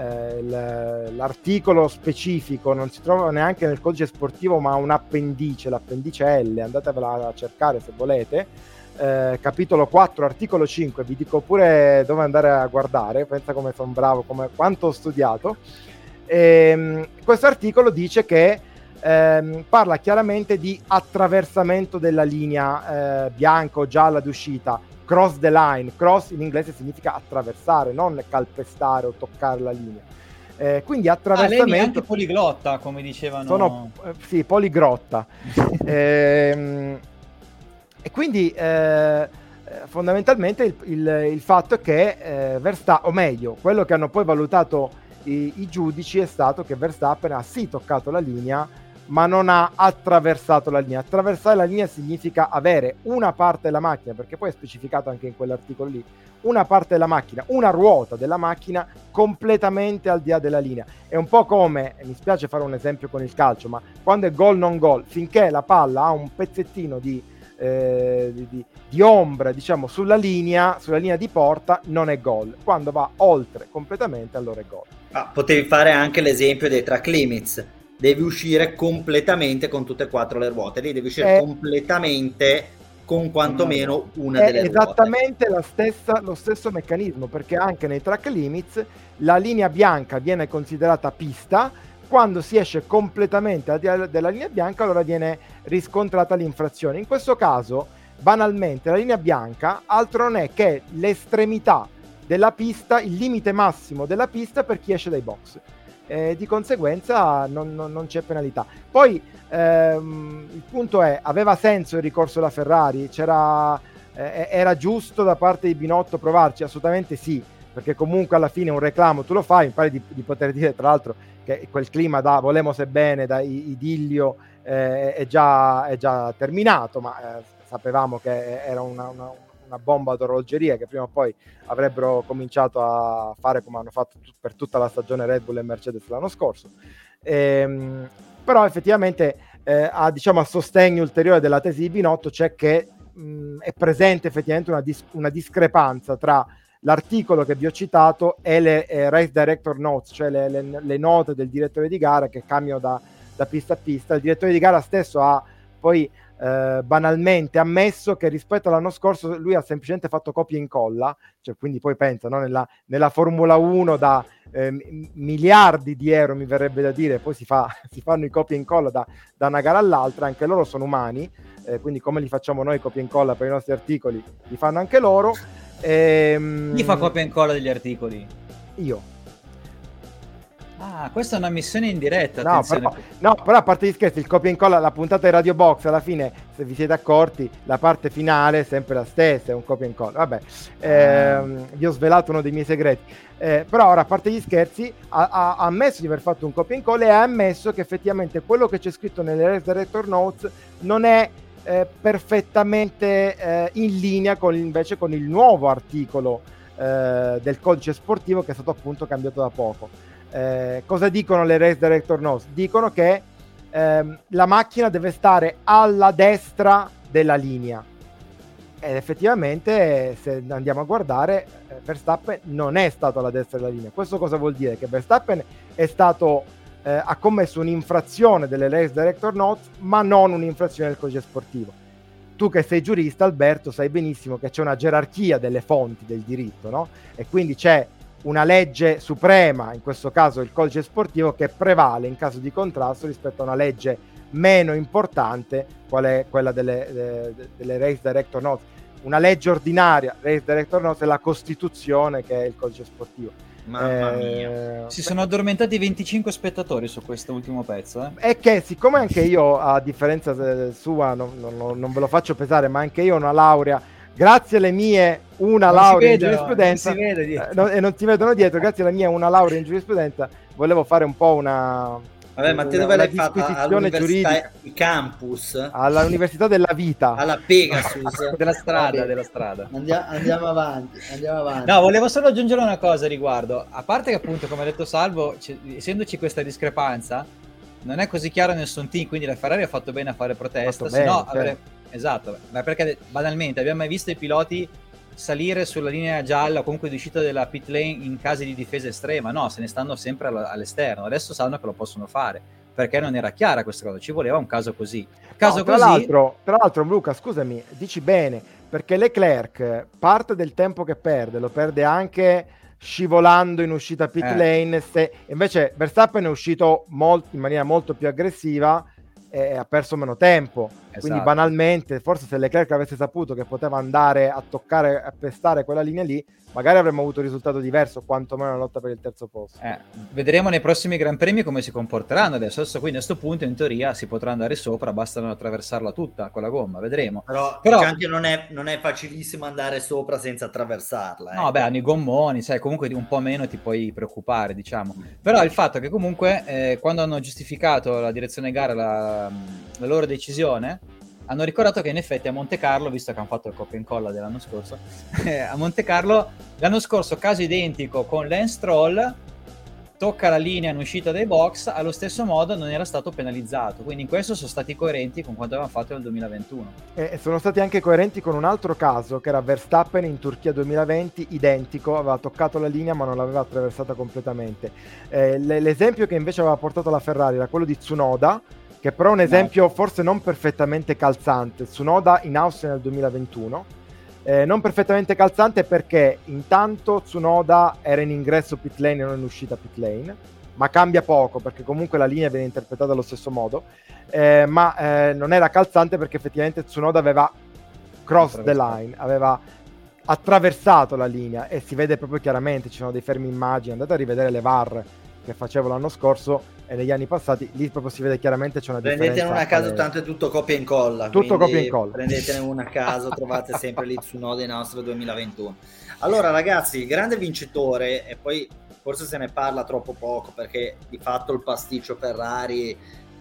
l'articolo specifico non si trova neanche nel codice sportivo, ma un appendice, l'appendice L, andatevela a cercare se volete, capitolo 4 articolo 5, vi dico pure dove andare a guardare, pensa come sono bravo, quanto ho studiato. Questo articolo dice che parla chiaramente di attraversamento della linea bianca o gialla d'uscita, cross the line. Cross in inglese significa attraversare, non calpestare o toccare la linea. Quindi attraversamento. Lei è anche poliglotta, come dicevano. Sono sì, poligrotta. E quindi fondamentalmente il fatto è che Verstappen, o meglio, quello che hanno poi valutato i giudici è stato che Verstappen ha sì toccato la linea, ma non ha attraversato la linea. Attraversare la linea significa avere una parte della macchina, perché poi è specificato anche in quell'articolo lì, una parte della macchina, una ruota della macchina completamente al di là della linea. È un po' come, mi spiace fare un esempio con il calcio, ma quando è gol non gol, finché la palla ha un pezzettino di ombra, diciamo, sulla linea di porta, non è gol. Quando va oltre completamente, allora è gol. Potevi fare anche l'esempio dei track limits. Devi uscire completamente con tutte e quattro le ruote, devi uscire completamente con quantomeno una delle ruote. Esattamente lo stesso meccanismo, perché anche nei track limits la linea bianca viene considerata pista, quando si esce completamente al di là della linea bianca allora viene riscontrata l'infrazione. In questo caso, banalmente, la linea bianca altro non è che l'estremità della pista, il limite massimo della pista per chi esce dai box. Di conseguenza non c'è penalità. Poi il punto è, aveva senso il ricorso alla Ferrari? Era giusto da parte di Binotto provarci? Assolutamente sì, perché comunque alla fine un reclamo tu lo fai, mi pare di poter dire tra l'altro che quel clima da volemo sebbene, da idillio è già terminato, ma sapevamo che era una bomba d'orologeria che prima o poi avrebbero cominciato a fare come hanno fatto per tutta la stagione Red Bull e Mercedes l'anno scorso. Però effettivamente a sostegno ulteriore della tesi di Binotto c'è che è presente effettivamente una discrepanza tra l'articolo che vi ho citato e le Race Director Notes, cioè le note del direttore di gara che cambiano da da pista a pista. Il direttore di gara stesso ha poi banalmente ammesso che rispetto all'anno scorso lui ha semplicemente fatto copia e incolla, cioè, quindi poi pensa, no? nella Formula 1 da miliardi di euro, mi verrebbe da dire, poi si fanno i copia e incolla da una gara all'altra, anche loro sono umani, quindi come li facciamo noi copia e incolla per i nostri articoli, li fanno anche loro. Chi fa copia e incolla degli articoli? Io. Ah, questa è una missione in diretta, no, però a parte gli scherzi, il copia e incolla, la puntata di Radio Box, alla fine, se vi siete accorti, la parte finale è sempre la stessa, è un copia e incolla. Vabbè, vi ho svelato uno dei miei segreti. Però ora, a parte gli scherzi, ha ammesso di aver fatto un copia e incolla e ha ammesso che effettivamente quello che c'è scritto nelle Race Director Notes non è perfettamente in linea invece con il nuovo articolo del codice sportivo che è stato appunto cambiato da poco. Cosa dicono le Race Director Notes? Dicono che la macchina deve stare alla destra della linea, ed effettivamente se andiamo a guardare Verstappen non è stato alla destra della linea. Questo cosa vuol dire? Che Verstappen è stato ha commesso un'infrazione delle Race Director Notes, ma non un'infrazione del codice sportivo. Tu che sei giurista, Alberto, sai benissimo che c'è una gerarchia delle fonti del diritto, no? E quindi c'è una legge suprema, in questo caso il codice sportivo, che prevale in caso di contrasto rispetto a una legge meno importante, qual è quella delle Race Director Notes. Una legge ordinaria, Race Director Notes, è la Costituzione, che è il codice sportivo. Mamma mia. Si sono addormentati 25 spettatori su questo ultimo pezzo. È che siccome anche io, a differenza sua, non ve lo faccio pesare, ma anche io ho una laurea, grazie alle mie laurea in giurisprudenza, e non si vedono dietro, grazie alla mia una laurea in giurisprudenza, volevo fare un po' Vabbè, ma te dove l'hai fatta? All'università di campus? All'Università della Vita. Alla Pegasus. della strada. Andiamo avanti. No, volevo solo aggiungere una cosa a riguardo. A parte che appunto, come ha detto Salvo, essendoci questa discrepanza, non è così chiaro nessun team, quindi la Ferrari ha fatto bene a fare protesta, se no esatto, ma perché banalmente abbiamo mai visto i piloti salire sulla linea gialla o comunque di uscita della pit lane in casi di difesa estrema? No, se ne stanno sempre all'esterno. Adesso sanno che lo possono fare, perché non era chiara questa cosa, ci voleva un caso così. Tra l'altro Luca, scusami, dici bene, perché Leclerc parte del tempo che perde lo perde anche scivolando in uscita pit lane, invece Verstappen è uscito in maniera molto più aggressiva e ha perso meno tempo. Esatto. Quindi banalmente, forse se Leclerc avesse saputo che poteva andare a toccare, a pestare quella linea lì, magari avremmo avuto un risultato diverso, quantomeno la lotta per il terzo posto. Vedremo nei prossimi Gran Premi come si comporteranno adesso, quindi a questo punto in teoria si potrà andare sopra, basta non attraversarla tutta con la gomma, vedremo. Però anche non è facilissimo andare sopra senza attraversarla. No, hanno i gommoni, sai, comunque un po' meno ti puoi preoccupare, diciamo. Però il fatto che comunque quando hanno giustificato la direzione gara la loro decisione, hanno ricordato che in effetti a Monte Carlo, visto che hanno fatto il copia e incolla dell'anno scorso, a Monte Carlo l'anno scorso caso identico con Lance Stroll, tocca la linea in uscita dai box, allo stesso modo non era stato penalizzato, quindi in questo sono stati coerenti con quanto avevano fatto nel 2021. E sono stati anche coerenti con un altro caso che era Verstappen in Turchia 2020, identico, aveva toccato la linea ma non l'aveva attraversata completamente. L'esempio che invece aveva portato la Ferrari era quello di Tsunoda, che però è un esempio forse non perfettamente calzante. Tsunoda in Austria nel 2021, non perfettamente calzante perché intanto Tsunoda era in ingresso pit lane e non in uscita pit lane, ma cambia poco perché comunque la linea viene interpretata allo stesso modo, ma non era calzante perché effettivamente Tsunoda aveva crossed the line, aveva attraversato la linea, e si vede proprio chiaramente, ci sono dei fermi immagini, andate a rivedere le VAR che facevo l'anno scorso e negli anni passati, lì proprio si vede chiaramente c'è una differenza. Prendetene una a caso, tanto è tutto copia e incolla. Tutto copia e incolla. Prendetene una a caso, trovate sempre lì Tsunoda in Austria 2021. Allora ragazzi, il grande vincitore, e poi forse se ne parla troppo poco perché di fatto il pasticcio Ferrari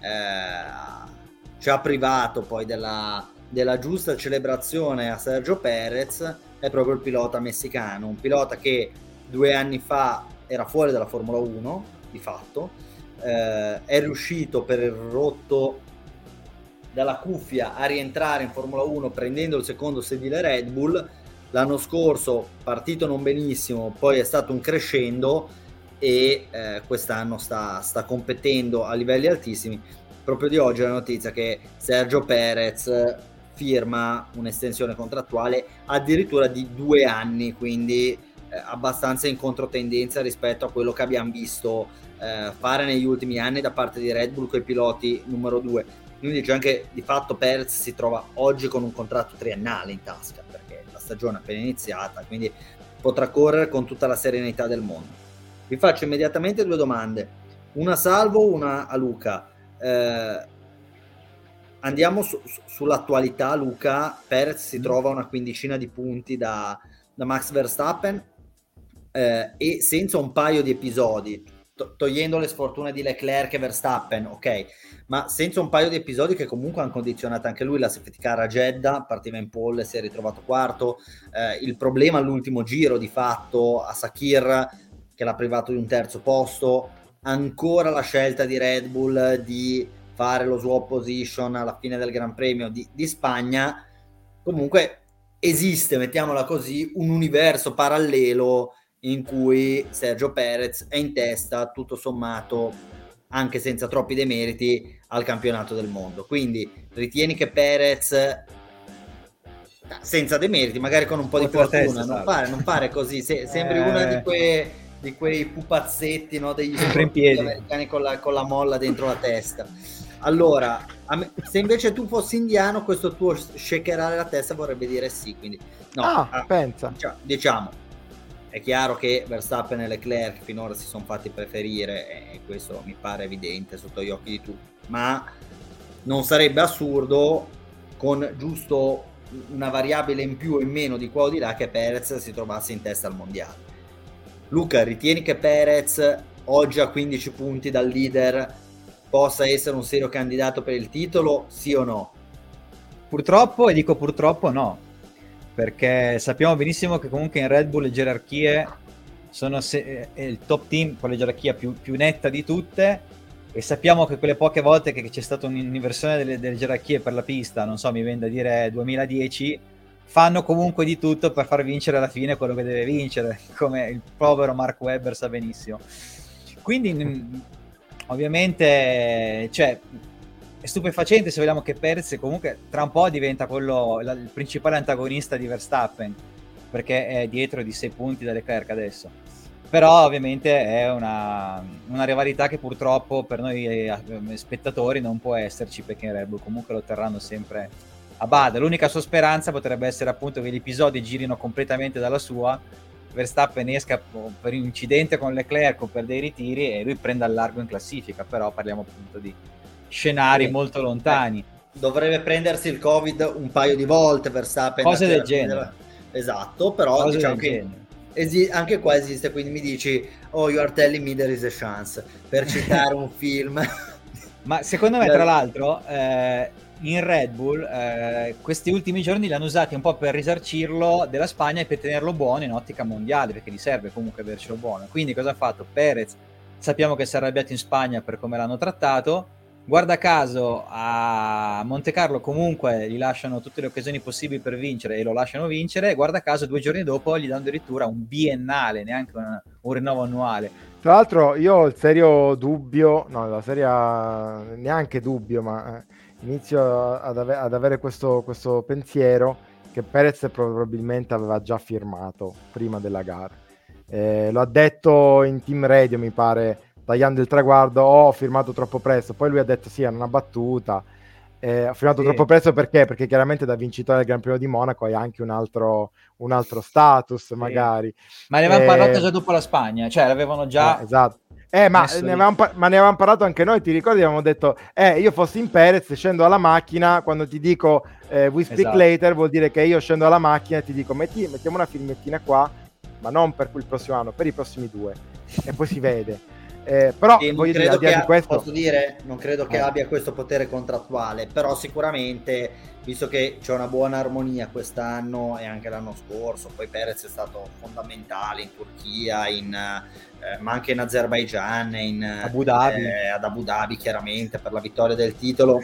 ci ha privato poi della giusta celebrazione a Sergio Perez, è proprio il pilota messicano, un pilota che 2 anni fa era fuori dalla Formula 1 di fatto, è riuscito per il rotto dalla cuffia a rientrare in Formula 1 prendendo il secondo sedile Red Bull. L'anno scorso partito non benissimo, poi è stato un crescendo e quest'anno sta competendo a livelli altissimi. proprio di oggi la notizia che Sergio Perez firma un'estensione contrattuale addirittura di 2 anni, quindi abbastanza in controtendenza rispetto a quello che abbiamo visto fare negli ultimi anni da parte di Red Bull con i piloti numero 2. Quindi c'è anche di fatto Perez si trova oggi con un contratto triennale in tasca, perché la stagione è appena iniziata, quindi potrà correre con tutta la serenità del mondo. Vi faccio immediatamente 2 domande, una a Salvo, una a Luca. Andiamo sull'attualità, Luca. Perez si trova a una quindicina di punti da Max Verstappen, e senza un paio di episodi, togliendo le sfortune di Leclerc e Verstappen, ok, ma senza un paio di episodi che comunque hanno condizionato anche lui. La safety car a Jeddah, partiva in pole, si è ritrovato quarto, il problema all'ultimo giro di fatto a Sakir che l'ha privato di un terzo posto, ancora la scelta di Red Bull di fare lo swap position alla fine del Gran Premio di Spagna. Comunque esiste, mettiamola così, un universo parallelo in cui Sergio Perez è in testa, tutto sommato, anche senza troppi demeriti, al campionato del mondo. Quindi ritieni che Perez, senza demeriti, magari con un po' di fortuna, non fare così, sembri una di quei pupazzetti, no, degli americani con la molla dentro la testa. Allora, se invece tu fossi indiano, questo tuo shakerare la testa vorrebbe dire sì, quindi no. Pensa. Diciamo, è chiaro che Verstappen e Leclerc finora si sono fatti preferire, e questo mi pare evidente sotto gli occhi di tutti, ma non sarebbe assurdo, con giusto una variabile in più o in meno di qua o di là, che Perez si trovasse in testa al mondiale. Luca, ritieni che Perez oggi a 15 punti dal leader possa essere un serio candidato per il titolo, sì o no? Purtroppo, e dico purtroppo no, perché sappiamo benissimo che comunque in Red Bull le gerarchie sono il top team con la gerarchia più netta di tutte, e sappiamo che quelle poche volte che c'è stata un'inversione delle gerarchie per la pista, non so, mi viene da dire 2010, fanno comunque di tutto per far vincere alla fine quello che deve vincere, come il povero Mark Webber sa benissimo. Quindi ovviamente, cioè, è stupefacente se vediamo che Perez comunque tra un po' diventa il principale antagonista di Verstappen, perché è dietro di 6 punti da Leclerc adesso. Però ovviamente è una rivalità che purtroppo per noi spettatori non può esserci, perché in Red Bull comunque lo terranno sempre a bada. L'unica sua speranza potrebbe essere appunto che gli episodi girino completamente dalla sua, Verstappen esca per un incidente con Leclerc o per dei ritiri e lui prenda il largo in classifica, però parliamo appunto di scenari molto lontani. Dovrebbe prendersi il Covid un paio di volte Verstappen, cose del genere. Esatto, però cose diciamo che anche qua esiste, quindi mi dici you are telling me there is a chance, per citare un film. Ma secondo me tra l'altro in Red Bull questi ultimi giorni l'hanno usati un po' per risarcirlo della Spagna e per tenerlo buono in ottica mondiale, perché gli serve comunque avercelo buono. Quindi cosa ha fatto? Perez sappiamo che si è arrabbiato in Spagna per come l'hanno trattato, guarda caso a Monte Carlo comunque gli lasciano tutte le occasioni possibili per vincere e lo lasciano vincere, guarda caso 2 giorni dopo gli danno addirittura un biennale, neanche un rinnovo annuale. Tra l'altro io ho il serio dubbio, neanche dubbio, ma inizio ad avere questo pensiero che Perez probabilmente aveva già firmato prima della gara. Lo ha detto in team radio, mi pare, tagliando il traguardo: ho firmato troppo presto. Poi lui ha detto sì, è una battuta, ho firmato troppo presto perché perché da vincitore del Gran Premio di Monaco hai anche un altro status, magari. Ma ne avevamo parlato già dopo la Spagna, cioè l'avevano già esatto. Ma ne avevamo parlato anche noi, ti ricordi? Avevamo detto io fossi in Perez, scendo alla macchina, quando ti dico we speak later, vuol dire che io scendo alla macchina e ti dico mettiamo una filmettina qua, ma non per il prossimo anno, per i prossimi 2, e poi si vede. Però voglio dire, al di là di questo, posso dire, non credo che abbia questo potere contrattuale, però sicuramente, visto che c'è una buona armonia quest'anno e anche l'anno scorso, poi Perez è stato fondamentale in Turchia, ma anche in Azerbaigian, ad Abu Dhabi chiaramente per la vittoria del titolo.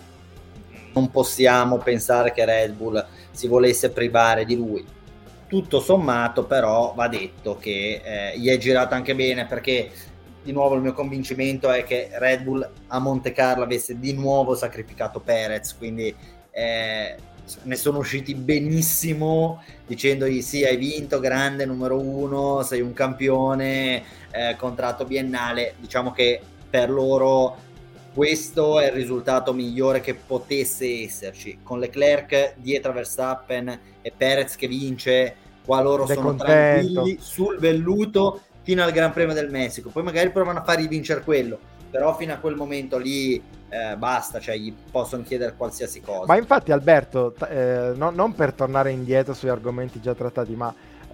Non possiamo pensare che Red Bull si volesse privare di lui. Tutto sommato però va detto che gli è girato anche bene, perché di nuovo il mio convincimento è che Red Bull a Monte Carlo avesse di nuovo sacrificato Perez, quindi ne sono usciti benissimo dicendogli sì, hai vinto, grande, numero 1, sei un campione, contratto biennale. Diciamo che per loro questo è il risultato migliore che potesse esserci, con Leclerc dietro Verstappen e Perez che vince, qua loro sono tranquilli sul velluto fino al Gran Premio del Messico, poi magari provano a fargli vincere quello, però fino a quel momento lì basta, cioè gli possono chiedere qualsiasi cosa. Ma infatti Alberto, non per tornare indietro sugli argomenti già trattati, ma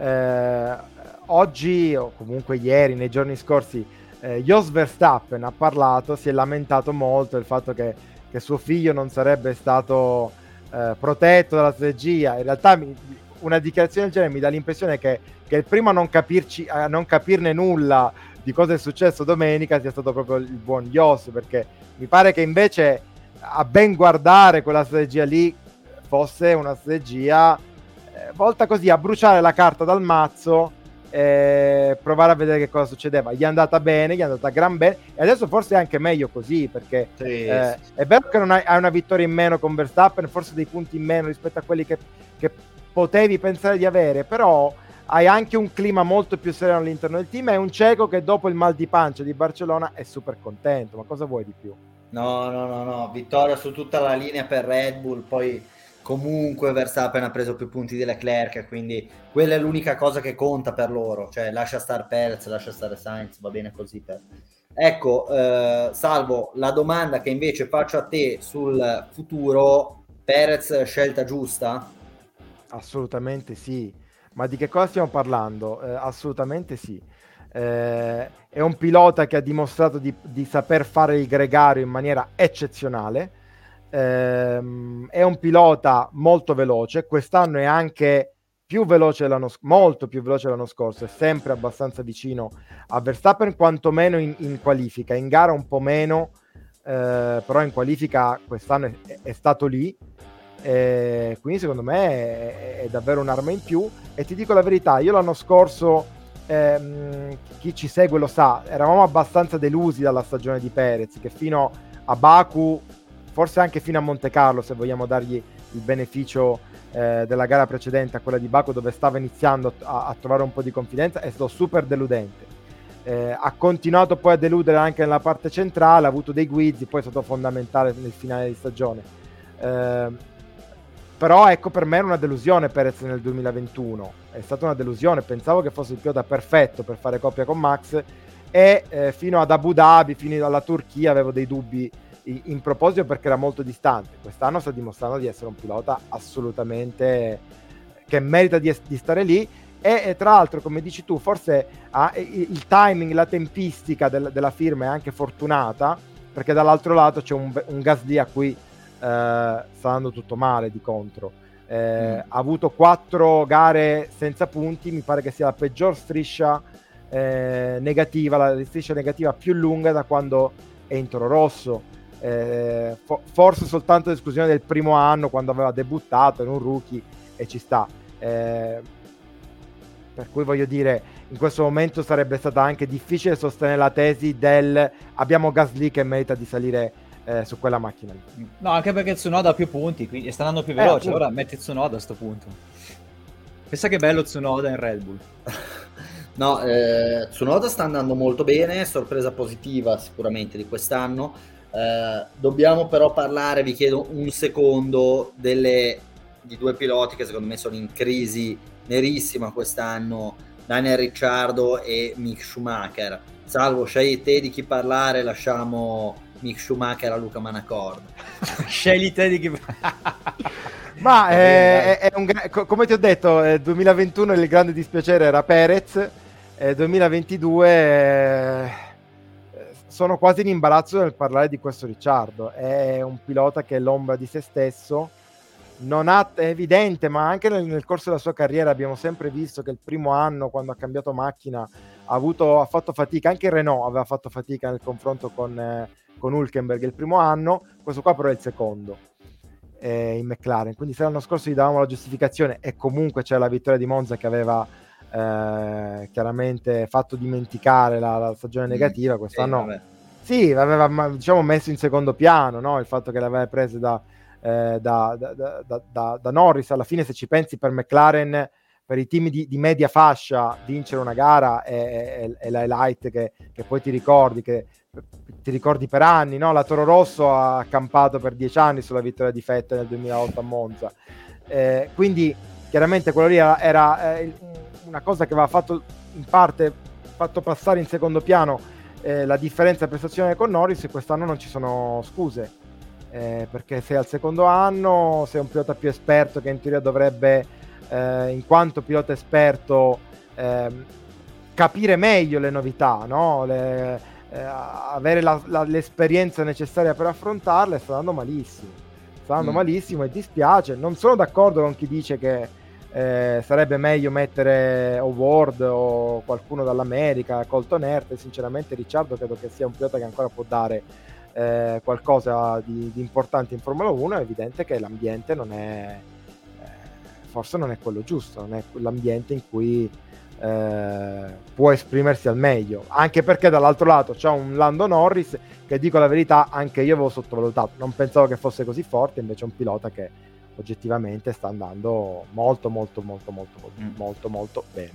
oggi o comunque ieri, nei giorni scorsi, Jos Verstappen ha parlato, si è lamentato molto del fatto che suo figlio non sarebbe stato protetto dalla strategia. In realtà una dichiarazione del genere mi dà l'impressione che il primo a non capirne nulla di cosa è successo domenica sia stato proprio il buon Jos, perché mi pare che invece a ben guardare quella strategia lì fosse una strategia volta così a bruciare la carta dal mazzo, provare a vedere che cosa succedeva. Gli è andata bene, gli è andata gran bene, e adesso forse è anche meglio così, perché sì. È vero che non hai una vittoria in meno con Verstappen, forse dei punti in meno rispetto a quelli che potevi pensare di avere, però hai anche un clima molto più sereno all'interno del team, e un Checo che dopo il mal di pancia di Barcellona è super contento. Ma cosa vuoi di più? No, vittoria su tutta la linea per Red Bull, poi comunque Verstappen ha preso più punti di Leclerc, quindi quella è l'unica cosa che conta per loro, cioè lascia stare Perez, lascia stare Sainz, va bene così per... Ecco, Salvo, la domanda che invece faccio a te sul futuro: Perez scelta giusta? Assolutamente sì. Ma di che cosa stiamo parlando? Assolutamente sì. È un pilota che ha dimostrato di saper fare il gregario in maniera eccezionale. È un pilota molto veloce. Quest'anno è anche più veloce molto più veloce dell'anno scorso. È sempre abbastanza vicino a Verstappen, quantomeno in qualifica. In gara un po' meno, però in qualifica quest'anno è stato lì. Quindi secondo me è davvero un'arma in più. E ti dico la verità, io l'anno scorso, chi ci segue lo sa, eravamo abbastanza delusi dalla stagione di Perez, che fino a Baku, forse anche fino a Monte Carlo, se vogliamo dargli il beneficio della gara precedente a quella di Baku, dove stava iniziando a trovare un po' di confidenza, è stato super deludente. Ha continuato poi a deludere anche nella parte centrale, ha avuto dei guizzi, poi è stato fondamentale nel finale di stagione. Però ecco, per me era una delusione Perez nel 2021, è stata una delusione, pensavo che fosse il pilota perfetto per fare coppia con Max, e fino ad Abu Dhabi, fino alla Turchia avevo dei dubbi in proposito, perché era molto distante. Quest'anno sta dimostrando di essere un pilota assolutamente che merita di stare lì, e tra l'altro, come dici tu, forse il timing, la tempistica della firma è anche fortunata, perché dall'altro lato c'è un Gasly a cui sta andando tutto male di contro. Ha avuto 4 gare senza punti, mi pare che sia la peggior striscia negativa, la striscia negativa più lunga da quando è in Toro Rosso. Forse soltanto l'esclusione del primo anno, quando aveva debuttato, era un rookie e ci sta. Per cui voglio dire, in questo momento sarebbe stata anche difficile sostenere la tesi del abbiamo Gasly che merita di salire su quella macchina lì. No, anche perché Tsunoda ha più punti, quindi sta andando più veloce. Ora metti Tsunoda a sto punto. Pensa che bello Tsunoda in Red Bull. No, Tsunoda sta andando molto bene, sorpresa positiva sicuramente di quest'anno. Dobbiamo però parlare, vi chiedo un secondo, di 2 piloti che secondo me sono in crisi nerissima quest'anno: Daniel Ricciardo e Mick Schumacher. Salvo, scegli te di chi parlare, lasciamo Mick Schumacher a Luca Manacorda. Scegli te di chi ma come ti ho detto, 2021 il grande dispiacere era Perez, 2022 sono quasi in imbarazzo nel parlare di questo Ricciardo. È un pilota che è l'ombra di se stesso, è evidente, ma anche nel corso della sua carriera abbiamo sempre visto che il primo anno, quando ha cambiato macchina, ha fatto fatica. Anche il Renault aveva fatto fatica nel confronto con Hülkenberg il primo anno, questo qua però è il secondo in McLaren. Quindi se l'anno scorso gli davamo la giustificazione, e comunque c'era la vittoria di Monza che aveva chiaramente fatto dimenticare la stagione negativa. Quest'anno sì, aveva, diciamo, messo in secondo piano, no? Il fatto che l'aveva preso da Norris. Alla fine, se ci pensi, per McLaren, per i team di media fascia, vincere una gara è l'highlight che poi ti ricordi per anni, no? La Toro Rosso ha campato per 10 anni sulla vittoria di Vettel nel 2008 a Monza, quindi chiaramente quello lì era una cosa che aveva fatto in parte passare in secondo piano la differenza di prestazione con Norris. E quest'anno non ci sono scuse, perché sei al secondo anno, sei un pilota più esperto che in teoria dovrebbe, in quanto pilota esperto, capire meglio le novità, no? Avere l'esperienza necessaria per affrontarle. Sta andando malissimo e dispiace. Non sono d'accordo con chi dice che sarebbe meglio mettere Howard o qualcuno dall'America, Colton Herta. Sinceramente Ricciardo credo che sia un pilota che ancora può dare qualcosa di importante in Formula 1. È evidente che l'ambiente non è forse non è quello giusto, non è l'ambiente in cui può esprimersi al meglio, anche perché dall'altro lato c'è un Lando Norris che, dico la verità, anche io avevo sottovalutato, non pensavo che fosse così forte. Invece è un pilota che oggettivamente sta andando molto bene.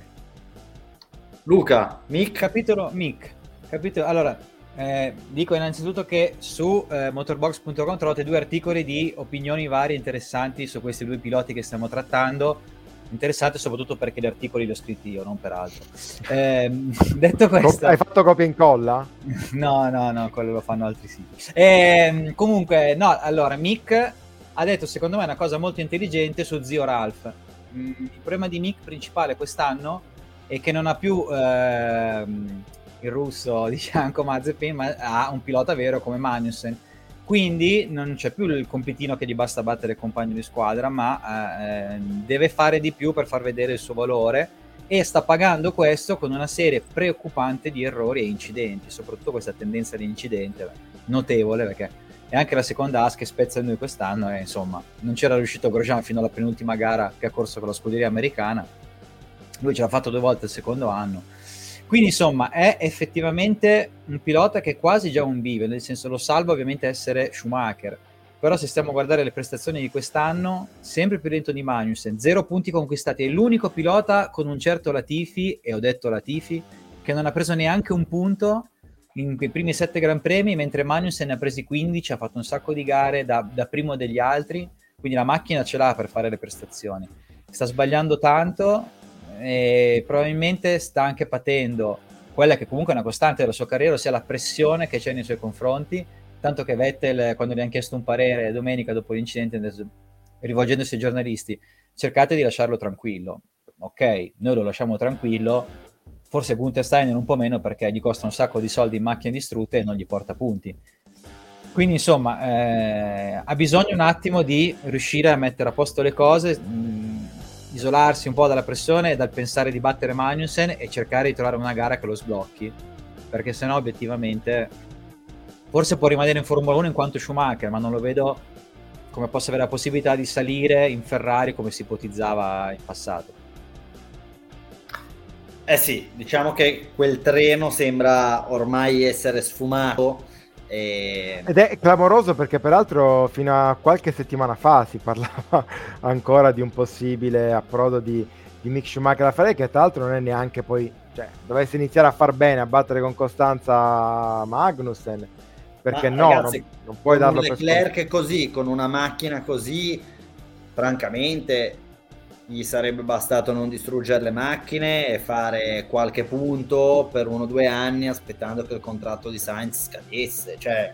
Luca, Mick? Capitolo. Allora, dico innanzitutto che su motorbox.com trovate 2 articoli di opinioni varie interessanti su questi 2 piloti che stiamo trattando. Interessante soprattutto perché gli articoli li ho scritti io, non per altro. Detto questo, hai fatto copia e incolla? No, quello lo fanno altri siti. Comunque, no, allora Mick ha detto, secondo me, una cosa molto intelligente su zio Ralph. Il problema di Mick principale quest'anno è che non ha più il russo di fianco Mazepin, ma ha un pilota vero come Magnussen. Quindi non c'è più il compitino che gli basta battere il compagno di squadra, ma deve fare di più per far vedere il suo valore, e sta pagando questo con una serie preoccupante di errori e incidenti, soprattutto questa tendenza di incidente notevole, perché è anche la seconda AS che spezza il noi quest'anno, e insomma non c'era riuscito Grosjean fino alla penultima gara che ha corso con la scuderia americana. Lui ce l'ha fatto 2 volte il secondo anno. Quindi insomma è effettivamente un pilota che è quasi già un bivio, nel senso, lo salva ovviamente essere Schumacher, però se stiamo a guardare le prestazioni di quest'anno, sempre più lento di Magnussen, 0 punti conquistati, è l'unico pilota con un certo Latifi, e ho detto Latifi, che non ha preso neanche un punto in quei primi 7 Gran Premi, mentre Magnussen ne ha presi 15, ha fatto un sacco di gare da primo degli altri, quindi la macchina ce l'ha per fare le prestazioni. Sta sbagliando tanto e probabilmente sta anche patendo quella che comunque è una costante della sua carriera, ossia la pressione che c'è nei suoi confronti, tanto che Vettel, quando gli hanno chiesto un parere domenica dopo l'incidente, rivolgendosi ai giornalisti, cercate di lasciarlo tranquillo. Ok, noi lo lasciamo tranquillo, forse Gunther Steiner un po' meno, perché gli costa un sacco di soldi in macchine distrutte e non gli porta punti. Quindi insomma ha bisogno un attimo di riuscire a mettere a posto le cose, isolarsi un po' dalla pressione e dal pensare di battere Magnussen e cercare di trovare una gara che lo sblocchi, perché sennò obiettivamente forse può rimanere in Formula 1 in quanto Schumacher, ma non lo vedo come possa avere la possibilità di salire in Ferrari come si ipotizzava in passato. Sì, diciamo che quel treno sembra ormai essere sfumato. Ed è clamoroso perché peraltro fino a qualche settimana fa si parlava ancora di un possibile approdo di Mick Schumacher alla Ferrari, che tra l'altro non è neanche poi, cioè, dovesse iniziare a far bene, a battere con costanza Magnussen, perché no, ragazzi, non puoi darlo per Leclerc così, con una macchina così, francamente gli sarebbe bastato non distruggere le macchine e fare qualche punto per 1 o 2 anni aspettando che il contratto di Sainz scadesse. Cioè,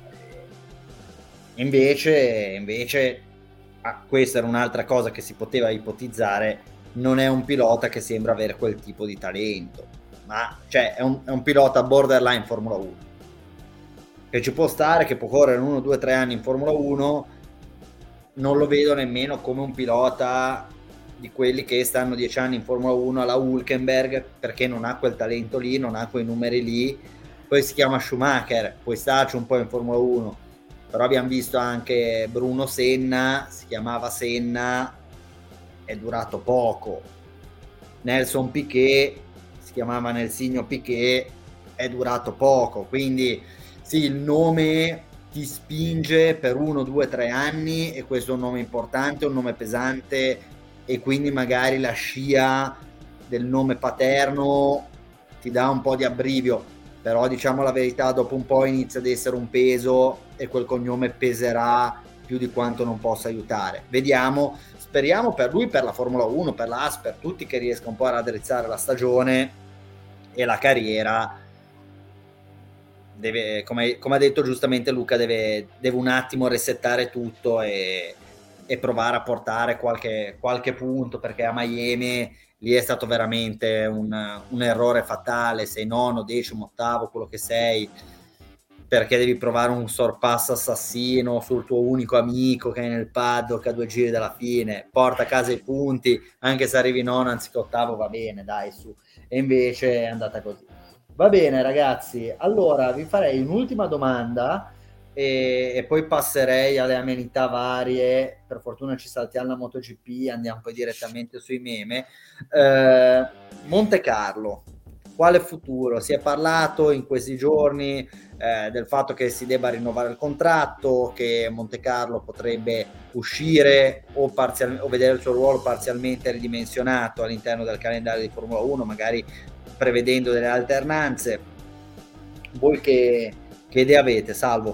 invece questa era un'altra cosa che si poteva ipotizzare. Non è un pilota che sembra avere quel tipo di talento, ma cioè, è un pilota borderline Formula 1 che ci può stare, che può correre 1, 2, 3 anni in Formula 1. Non lo vedo nemmeno come un pilota di quelli che stanno 10 anni in Formula 1 alla Hülkenberg, perché non ha quel talento lì, non ha quei numeri lì. Poi si chiama Schumacher, puoi starci un po' in Formula 1, però abbiamo visto anche Bruno Senna, si chiamava Senna, è durato poco. Nelson Piquet, si chiamava Nelsinho Piquet, è durato poco, quindi sì, il nome ti spinge per 1, 2, 3 anni e questo è un nome importante, un nome pesante, e quindi magari la scia del nome paterno ti dà un po' di abbrivio, però diciamo la verità, dopo un po' inizia ad essere un peso e quel cognome peserà più di quanto non possa aiutare. Vediamo, speriamo per lui, per la Formula 1, per la AS, per tutti, che riesca un po' a raddrizzare la stagione e la carriera. Deve, come ha detto giustamente Luca, deve un attimo resettare tutto e provare a portare qualche punto, perché a Miami lì è stato veramente un errore fatale. Sei nono, decimo, ottavo, quello che sei, perché devi provare un sorpasso assassino sul tuo unico amico che è nel paddock a 2 giri dalla fine, porta a casa i punti, anche se arrivi nono anziché ottavo va bene, dai, su. E invece è andata così. Va bene ragazzi, allora vi farei un'ultima domanda e poi passerei alle amenità varie. Per fortuna ci saltiamo la MotoGP, andiamo poi direttamente sui meme. Monte Carlo, quale futuro? Si è parlato in questi giorni del fatto che si debba rinnovare il contratto, che Monte Carlo potrebbe uscire o vedere il suo ruolo parzialmente ridimensionato all'interno del calendario di Formula 1, magari prevedendo delle alternanze. Voi che idea avete, Salvo?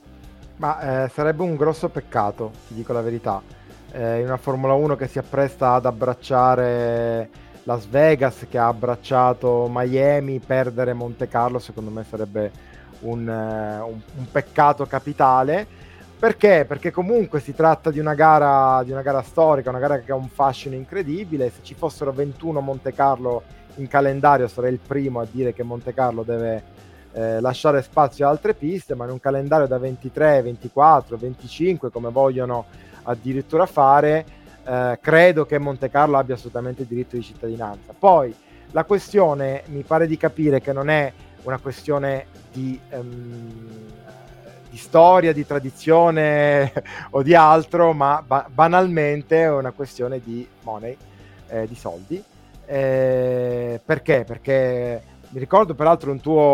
Ma sarebbe un grosso peccato, ti dico la verità, in una Formula 1 che si appresta ad abbracciare Las Vegas, che ha abbracciato Miami, perdere Monte Carlo secondo me sarebbe un peccato capitale. Perché? Perché comunque si tratta di una gara storica, una gara che ha un fascino incredibile. Se ci fossero 21 Monte Carlo in calendario sarei il primo a dire che Monte Carlo deve lasciare spazio a altre piste, ma in un calendario da 23, 24, 25 come vogliono addirittura fare, credo che Monte Carlo abbia assolutamente diritto di cittadinanza. Poi la questione mi pare di capire che non è una questione di storia, di tradizione o di altro, ma banalmente è una questione di money, di soldi. Perché? Perché mi ricordo peraltro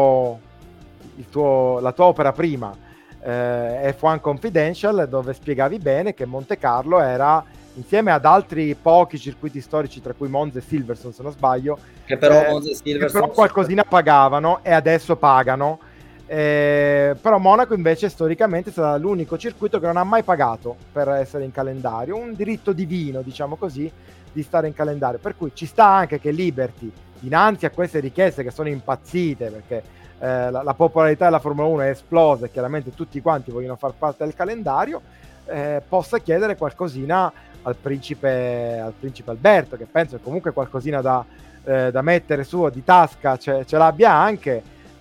la tua opera prima, F1 Confidential, dove spiegavi bene che Monte Carlo era, insieme ad altri pochi circuiti storici, tra cui Monza e Silverstone se non sbaglio, che però Monza e Silverstone che però qualcosina pagavano e adesso pagano. Però Monaco invece storicamente è stato l'unico circuito che non ha mai pagato per essere in calendario, un diritto divino, diciamo così, di stare in calendario, per cui ci sta anche che Liberty, dinanzi a queste richieste che sono impazzite, perché la popolarità della Formula 1 è esplosa e chiaramente tutti quanti vogliono far parte del calendario, possa chiedere qualcosina al principe Alberto, che penso che comunque qualcosina da mettere su di tasca ce l'abbia anche.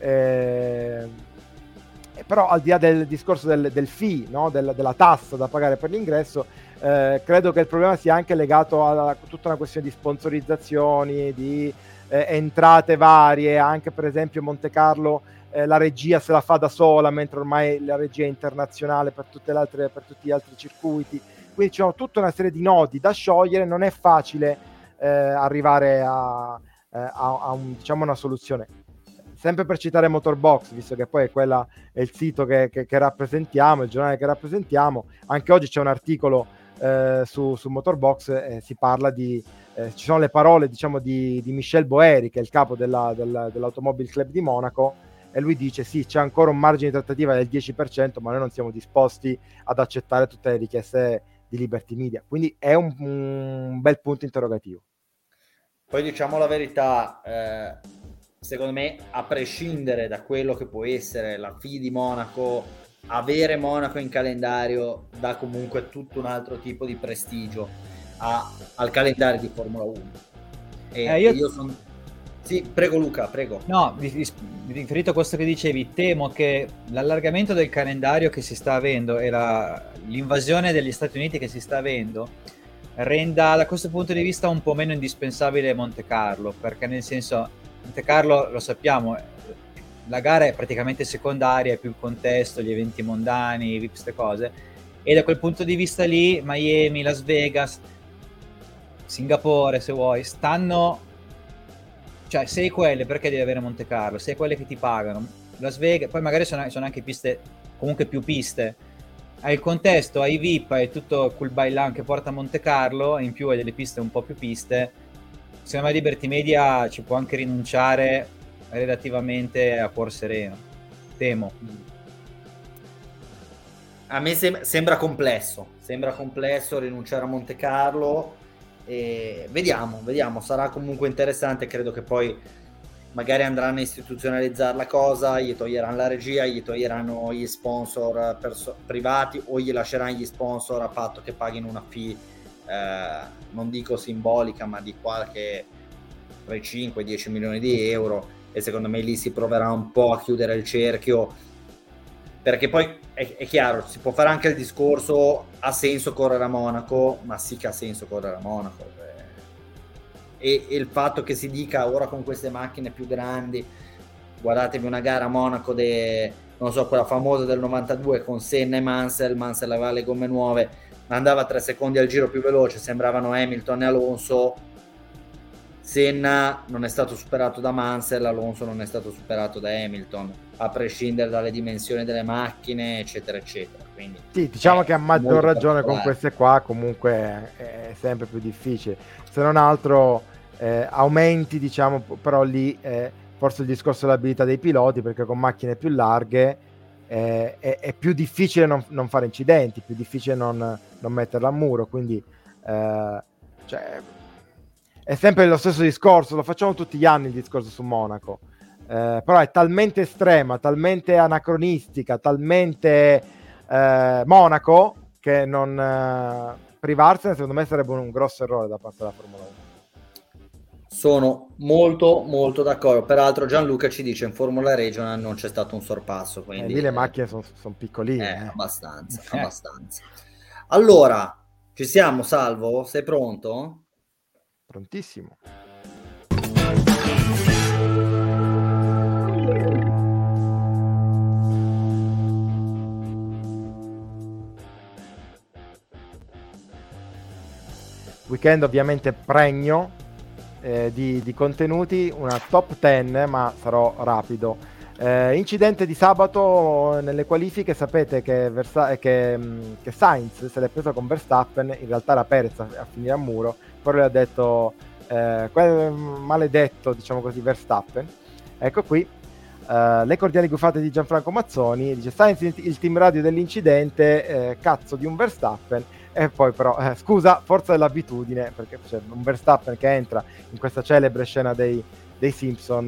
Però al di là del discorso del fee, no? della tassa da pagare per l'ingresso, credo che il problema sia anche legato a tutta una questione di sponsorizzazioni, di entrate varie. Anche per esempio Monte Carlo la regia se la fa da sola, mentre ormai la regia è internazionale per tutti gli altri circuiti, quindi c'è tutta una serie di nodi da sciogliere. Non è facile arrivare a diciamo una soluzione. Sempre per citare Motorbox, visto che poi quella è il sito che rappresentiamo, il giornale che rappresentiamo, anche oggi c'è un articolo su Motorbox, si parla ci sono le parole, diciamo, di Michel Boeri, che è il capo dell'Automobile Club di Monaco, e lui dice sì, c'è ancora un margine di trattativa del 10%, ma noi non siamo disposti ad accettare tutte le richieste di Liberty Media, quindi è un bel punto interrogativo. Poi diciamo la verità, secondo me, a prescindere da quello che può essere la FIA di Monaco, avere Monaco in calendario dà comunque tutto un altro tipo di prestigio al calendario di Formula 1. Io sono... Sì, prego Luca, prego. No, riferito a questo che dicevi, temo che l'allargamento del calendario che si sta avendo e l'invasione degli Stati Uniti che si sta avendo renda da questo punto di vista un po' meno indispensabile Monte Carlo, perché nel senso, Monte Carlo, lo sappiamo, la gara è praticamente secondaria, è più il contesto, gli eventi mondani, queste cose, e da quel punto di vista lì Miami, Las Vegas, Singapore se vuoi, stanno cioè sei quelle, perché devi avere Monte Carlo? Sei quelle che ti pagano. Las Vegas, poi magari sono anche piste, comunque più piste. Hai il contesto, hai i VIP, hai tutto quel bailan che porta a Monte Carlo, e in più hai delle piste un po' più piste. Secondo me Liberty Media ci può anche rinunciare relativamente a cuor sereno. Temo. A me sembra complesso rinunciare a Monte Carlo, e vediamo, sarà comunque interessante. Credo che poi magari andranno a istituzionalizzare la cosa, gli toglieranno la regia, gli toglieranno gli sponsor privati, o gli lasceranno gli sponsor a patto che paghino una fee, non dico simbolica, ma di qualche 3, 5, 10 milioni di euro, e secondo me lì si proverà un po' a chiudere il cerchio, perché poi è chiaro, si può fare anche il discorso: ha senso correre a Monaco? Ma sì che ha senso correre a Monaco, e il fatto che si dica ora con queste macchine più grandi, guardatevi una gara a Monaco non so, quella famosa del 92 con Senna e Mansell aveva le gomme nuove, andava 3 secondi al giro più veloce, sembravano Hamilton e Alonso. Senna non è stato superato da Mansell, Alonso non è stato superato da Hamilton, a prescindere dalle dimensioni delle macchine, eccetera eccetera. Quindi sì, diciamo che a maggior ragione con queste qua comunque è sempre più difficile, se non altro aumenti, diciamo, però lì forse il discorso dell'abilità dei piloti, perché con macchine più larghe è più difficile non fare incidenti, più difficile non metterla a muro, quindi cioè, è sempre lo stesso discorso, lo facciamo tutti gli anni il discorso su Monaco, però è talmente estrema, talmente anacronistica, talmente Monaco, che non privarsene secondo me sarebbe un grosso errore da parte della Formula 1. Sono molto d'accordo. Peraltro Gianluca ci dice: in Formula Regional non c'è stato un sorpasso, quindi lì le macchine sono piccoline. Abbastanza. Allora, ci siamo, Salvo? Sei pronto? Prontissimo. Weekend ovviamente pregno di contenuti, una top 10, ma sarò rapido. Incidente di sabato nelle qualifiche, sapete che Sainz se l'è preso con Verstappen, in realtà era Perez a finire a muro, poi lui ha detto quel maledetto, diciamo così, Verstappen. Ecco qui le cordiali gufate di Gianfranco Mazzoni, dice Sainz il team radio dell'incidente, cazzo di un Verstappen. E poi però, scusa, forza dell'abitudine, perché c'è un Verstappen che entra in questa celebre scena dei Simpson,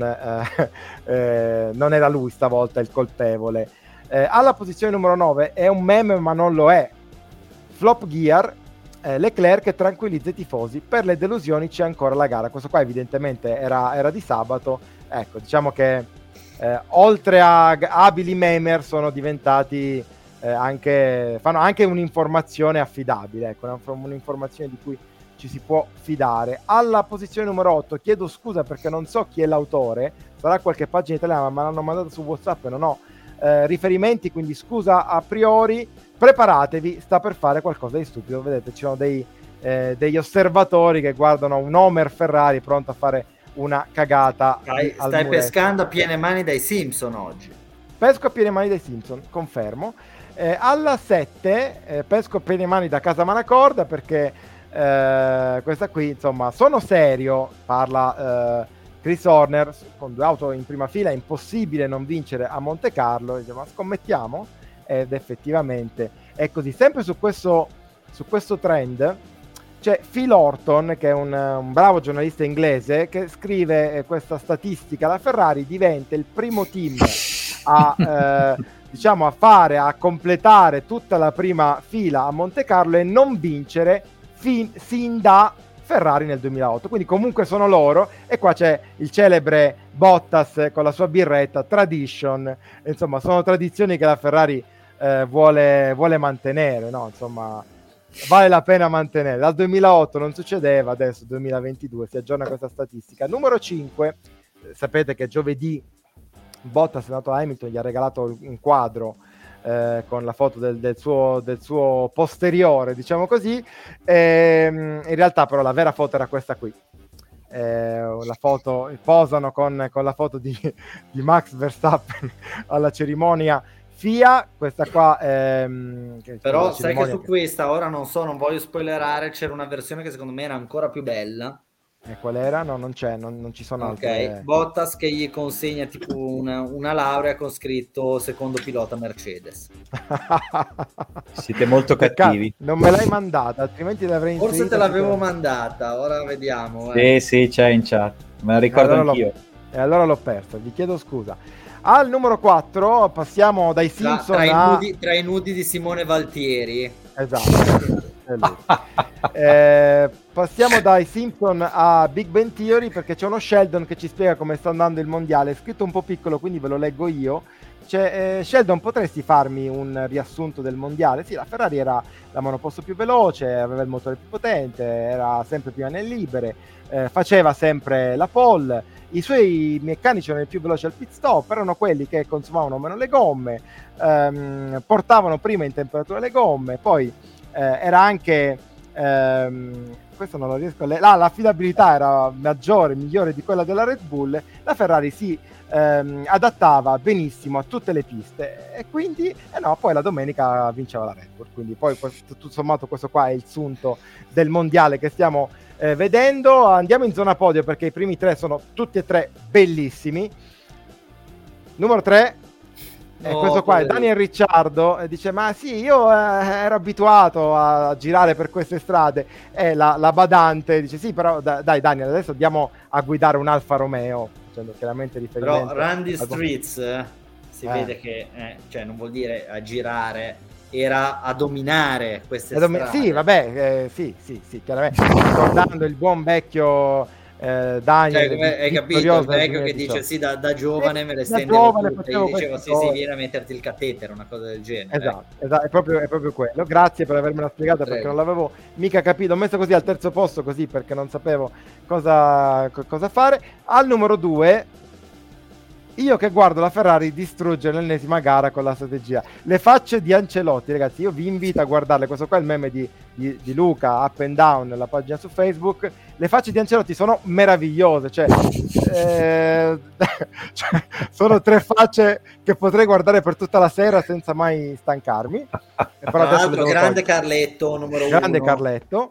non era lui stavolta il colpevole. Alla posizione numero 9 è un meme ma non lo è, Flop Gear, Leclerc che tranquillizza i tifosi, per le delusioni c'è ancora la gara. Questo qua evidentemente era di sabato. Ecco, diciamo che oltre a abili memer sono diventati fanno anche un'informazione affidabile, ecco, un'informazione di cui ci si può fidare. Alla posizione numero 8, chiedo scusa perché non so chi è l'autore, sarà qualche pagina italiana, ma l'hanno mandato su WhatsApp e non ho riferimenti, quindi scusa a priori, preparatevi, sta per fare qualcosa di stupido. Vedete, ci sono degli osservatori che guardano un Homer Ferrari pronto a fare una cagata. Stai pescando a piene mani dai Simpson oggi. Pesco a piene mani dai Simpson, confermo. Alla 7 pesco a piene mani da Casa Manacorda, perché questa qui, insomma, sono serio, parla Chris Horner, con 2 auto in prima fila è impossibile non vincere a Monte Carlo, dice, ma scommettiamo? Ed effettivamente è così. Sempre su questo trend c'è Phil Orton, che è un bravo giornalista inglese, che scrive questa statistica: la Ferrari diventa il primo team a completare tutta la prima fila a Monte Carlo e non vincere sin da Ferrari nel 2008. Quindi comunque sono loro, e qua c'è il celebre Bottas con la sua birretta, tradition, insomma sono tradizioni che la Ferrari vuole mantenere, no? Insomma, vale la pena mantenere. Dal 2008 non succedeva, adesso 2022 si aggiorna questa statistica. Numero 5, sapete che giovedì Bottas è andato a Hamilton, gli ha regalato un quadro con la foto del suo posteriore, diciamo così. In realtà però la vera foto era questa qui. la foto, posano con la foto di Max Verstappen alla cerimonia FIA. Questa qua però sai che su questa ora non voglio spoilerare, c'era una versione che secondo me era ancora più bella. E qual era? No, non c'è, non ci sono altre. Bottas che gli consegna tipo una laurea con scritto secondo pilota Mercedes. Siete molto cattivi. Non me l'hai mandata, altrimenti l'avrei inserita. Forse te l'avevo mandata, ora vediamo. Sì, c'è in chat, me la ricordo anch'io. E allora l'ho persa, vi chiedo scusa. Al numero 4 passiamo dai Simpson tra i nudi di Simone Valtieri. Esatto. Passiamo dai Simpson a Big Bang Theory, perché c'è uno Sheldon che ci spiega come sta andando il mondiale. È scritto un po' piccolo, quindi ve lo leggo io. Sheldon, potresti farmi un riassunto del mondiale? Sì, la Ferrari era la monoposto più veloce, aveva il motore più potente, era sempre prima nelle libere, faceva sempre la pole, i suoi meccanici erano i più veloci al pit stop, erano quelli che consumavano meno le gomme, portavano prima in temperatura le gomme, poi era anche questo non lo riesco a leggere, l'affidabilità era maggiore, migliore di quella della Red Bull. La Ferrari si adattava benissimo a tutte le piste, e quindi poi la domenica vinceva la Red Bull. Quindi poi tutto sommato questo qua è il sunto del mondiale che stiamo vedendo. Andiamo in zona podio, perché i primi 3 sono tutti e 3 bellissimi. Numero 3 questo qua è Daniel Ricciardo, dice: ma sì, io ero abituato a girare per queste strade. La badante dice: sì, però dai Daniel, adesso andiamo a guidare un Alfa Romeo, facendo chiaramente riferimento. Però Randy Streets si vede che cioè non vuol dire a girare, era a dominare queste strade. Sì, vabbè, sì, chiaramente, ricordando il buon vecchio Daniel, hai capito, il vecchio che dice sì, da giovane me le stendevo tutte, io dicevo sì, vieni a metterti il catetere, una cosa del genere. Esatto, è proprio quello. Grazie per avermela spiegata. Prego. Perché non l'avevo mica capito, ho messo così al terzo posto così perché non sapevo cosa fare. Al numero 2 io che guardo la Ferrari distruggere l'ennesima gara con la strategia. Le facce di Ancelotti, ragazzi, io vi invito a guardarle. Questo qua è il meme di Luca, Up and Down, la pagina su Facebook. Le facce di Ancelotti sono meravigliose, cioè sono 3 facce che potrei guardare per tutta la sera senza mai stancarmi. Però adesso grande Carletto, numero 1. Grande Carletto.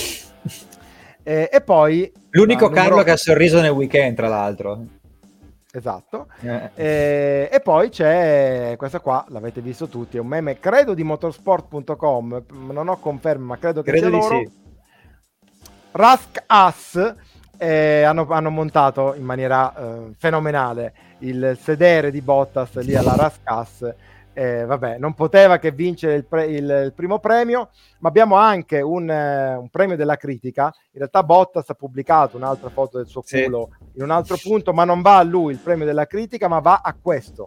E poi l'unico Carlo che ha sorriso nel weekend, tra l'altro. Esatto. E poi c'è questa qua, l'avete visto tutti, è un meme credo di motorsport.com, non ho conferme ma credo sia loro. Sì. Rask Us hanno montato in maniera fenomenale il sedere di Bottas lì alla Rask Us. Vabbè, non poteva che vincere il primo premio, ma abbiamo anche un premio della critica. In realtà Bottas ha pubblicato un'altra foto del suo culo in un altro punto, ma non va a lui il premio della critica, ma va a questo.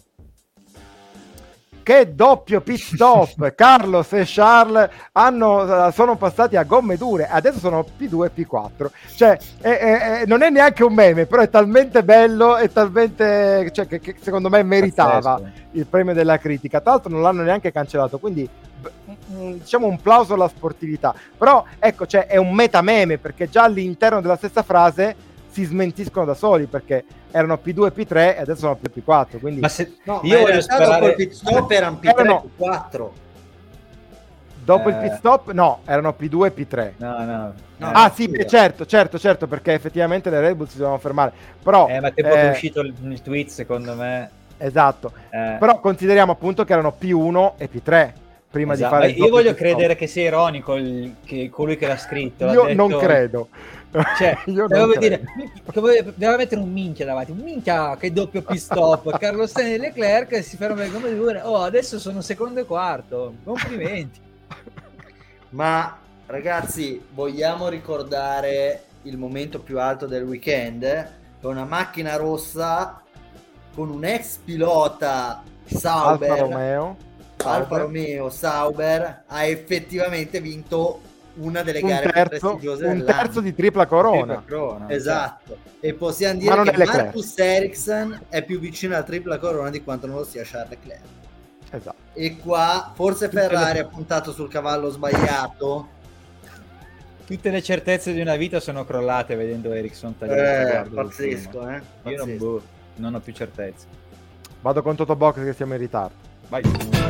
Che doppio pit stop! Carlos e Charles sono passati a gomme dure, adesso sono P2 e P4. Cioè, non è neanche un meme, però è talmente bello, è talmente, cioè, che secondo me meritava il premio della critica. Tra l'altro non l'hanno neanche cancellato, quindi diciamo un plauso alla sportività. Però ecco, cioè, è un meta meme, perché già all'interno della stessa frase si smentiscono da soli, perché erano P2 e P3 e adesso sono P4. Quindi io voglio sperare dopo il pit stop erano P3 e P4. Dopo il pit stop erano P2 e P3. No, sì, certo, perché effettivamente le Red Bull si dovevano fermare. Però ma tempo che è uscito il tweet, secondo me. Esatto. Però consideriamo appunto che erano P1 e P3 prima di fare io voglio credere che sia ironico che colui che l'ha scritto. Io non credo. Cioè, dire che doveva mettere un minchia davanti, un minchia che doppio pit stop. Carlos Sainz e Leclerc si fermano le gomme dure. Adesso sono secondo e quarto. Complimenti. Ma ragazzi, vogliamo ricordare il momento più alto del weekend? Una macchina rossa con un ex pilota Sauber, Alfa Romeo Sauber ha effettivamente vinto una delle gare più prestigiose dell'anno. Un terzo di tripla corona. Esatto. E possiamo dire che Marcus Ericsson è più vicino alla tripla corona di quanto non lo sia Charles Leclerc. Esatto. E qua forse Ferrari ha puntato sul cavallo sbagliato. Tutte le certezze di una vita sono crollate vedendo Eriksson tagliare. Pazzesco, Io pazzesco. non ho più certezze. Vado con Totobox che siamo in ritardo. Vai.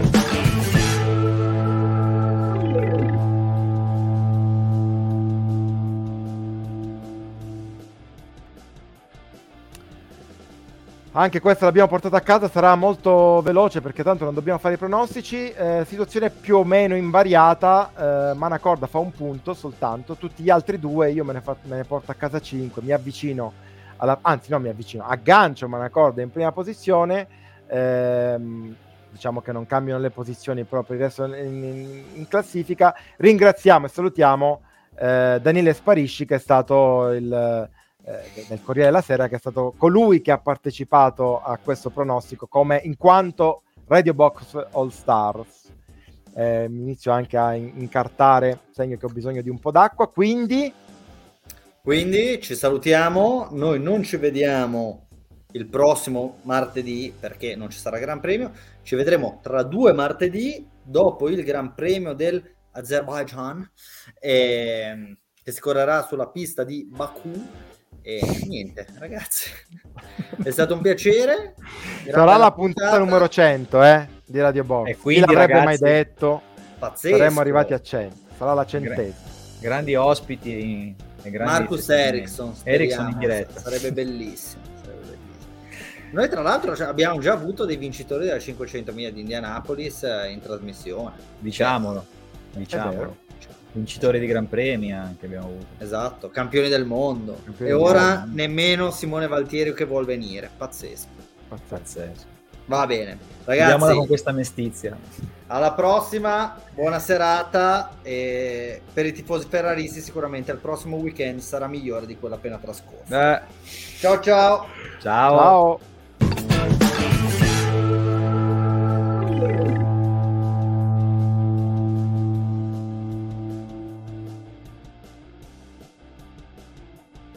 Anche questa l'abbiamo portata a casa, sarà molto veloce perché tanto non dobbiamo fare i pronostici. Situazione più o meno invariata, Manacorda fa un punto soltanto, tutti gli altri due io me ne porto a casa 5, mi avvicino, aggancio Manacorda in prima posizione, diciamo che non cambiano le posizioni proprio adesso in classifica. Ringraziamo e salutiamo Daniele Sparisci, che è stato del Corriere della Sera, che è stato colui che ha partecipato a questo pronostico come in quanto Radio Box All Stars. Mi inizio anche a incartare, segno che ho bisogno di un po' d'acqua, quindi ci salutiamo, noi non ci vediamo il prossimo martedì perché non ci sarà Gran Premio, ci vedremo tra 2 martedì dopo il Gran Premio del Azerbaijan che si correrà sulla pista di Baku. E niente, ragazzi, è stato un piacere. Sarà la puntata numero 100 di Radio Box. E quindi, chi l'avrebbe ragazzi, mai detto? Pazzesco. Saremmo arrivati a 100. Sarà la 100ª. Grandi ospiti e grandi Marcus Eriksson in diretta. Sarebbe bellissimo. Noi tra l'altro abbiamo già avuto dei vincitori della 500 miglia di Indianapolis in trasmissione. Diciamolo. Vincitori di Gran Premi anche abbiamo avuto. Esatto, campioni del mondo. E ora nemmeno Simone Valtieri che vuol venire. Pazzesco. Va bene, ragazzi. Andiamola con questa mestizia. Alla prossima, buona serata. E per i tifosi ferraristi sicuramente il prossimo weekend sarà migliore di quello appena trascorso. Ciao. Ciao.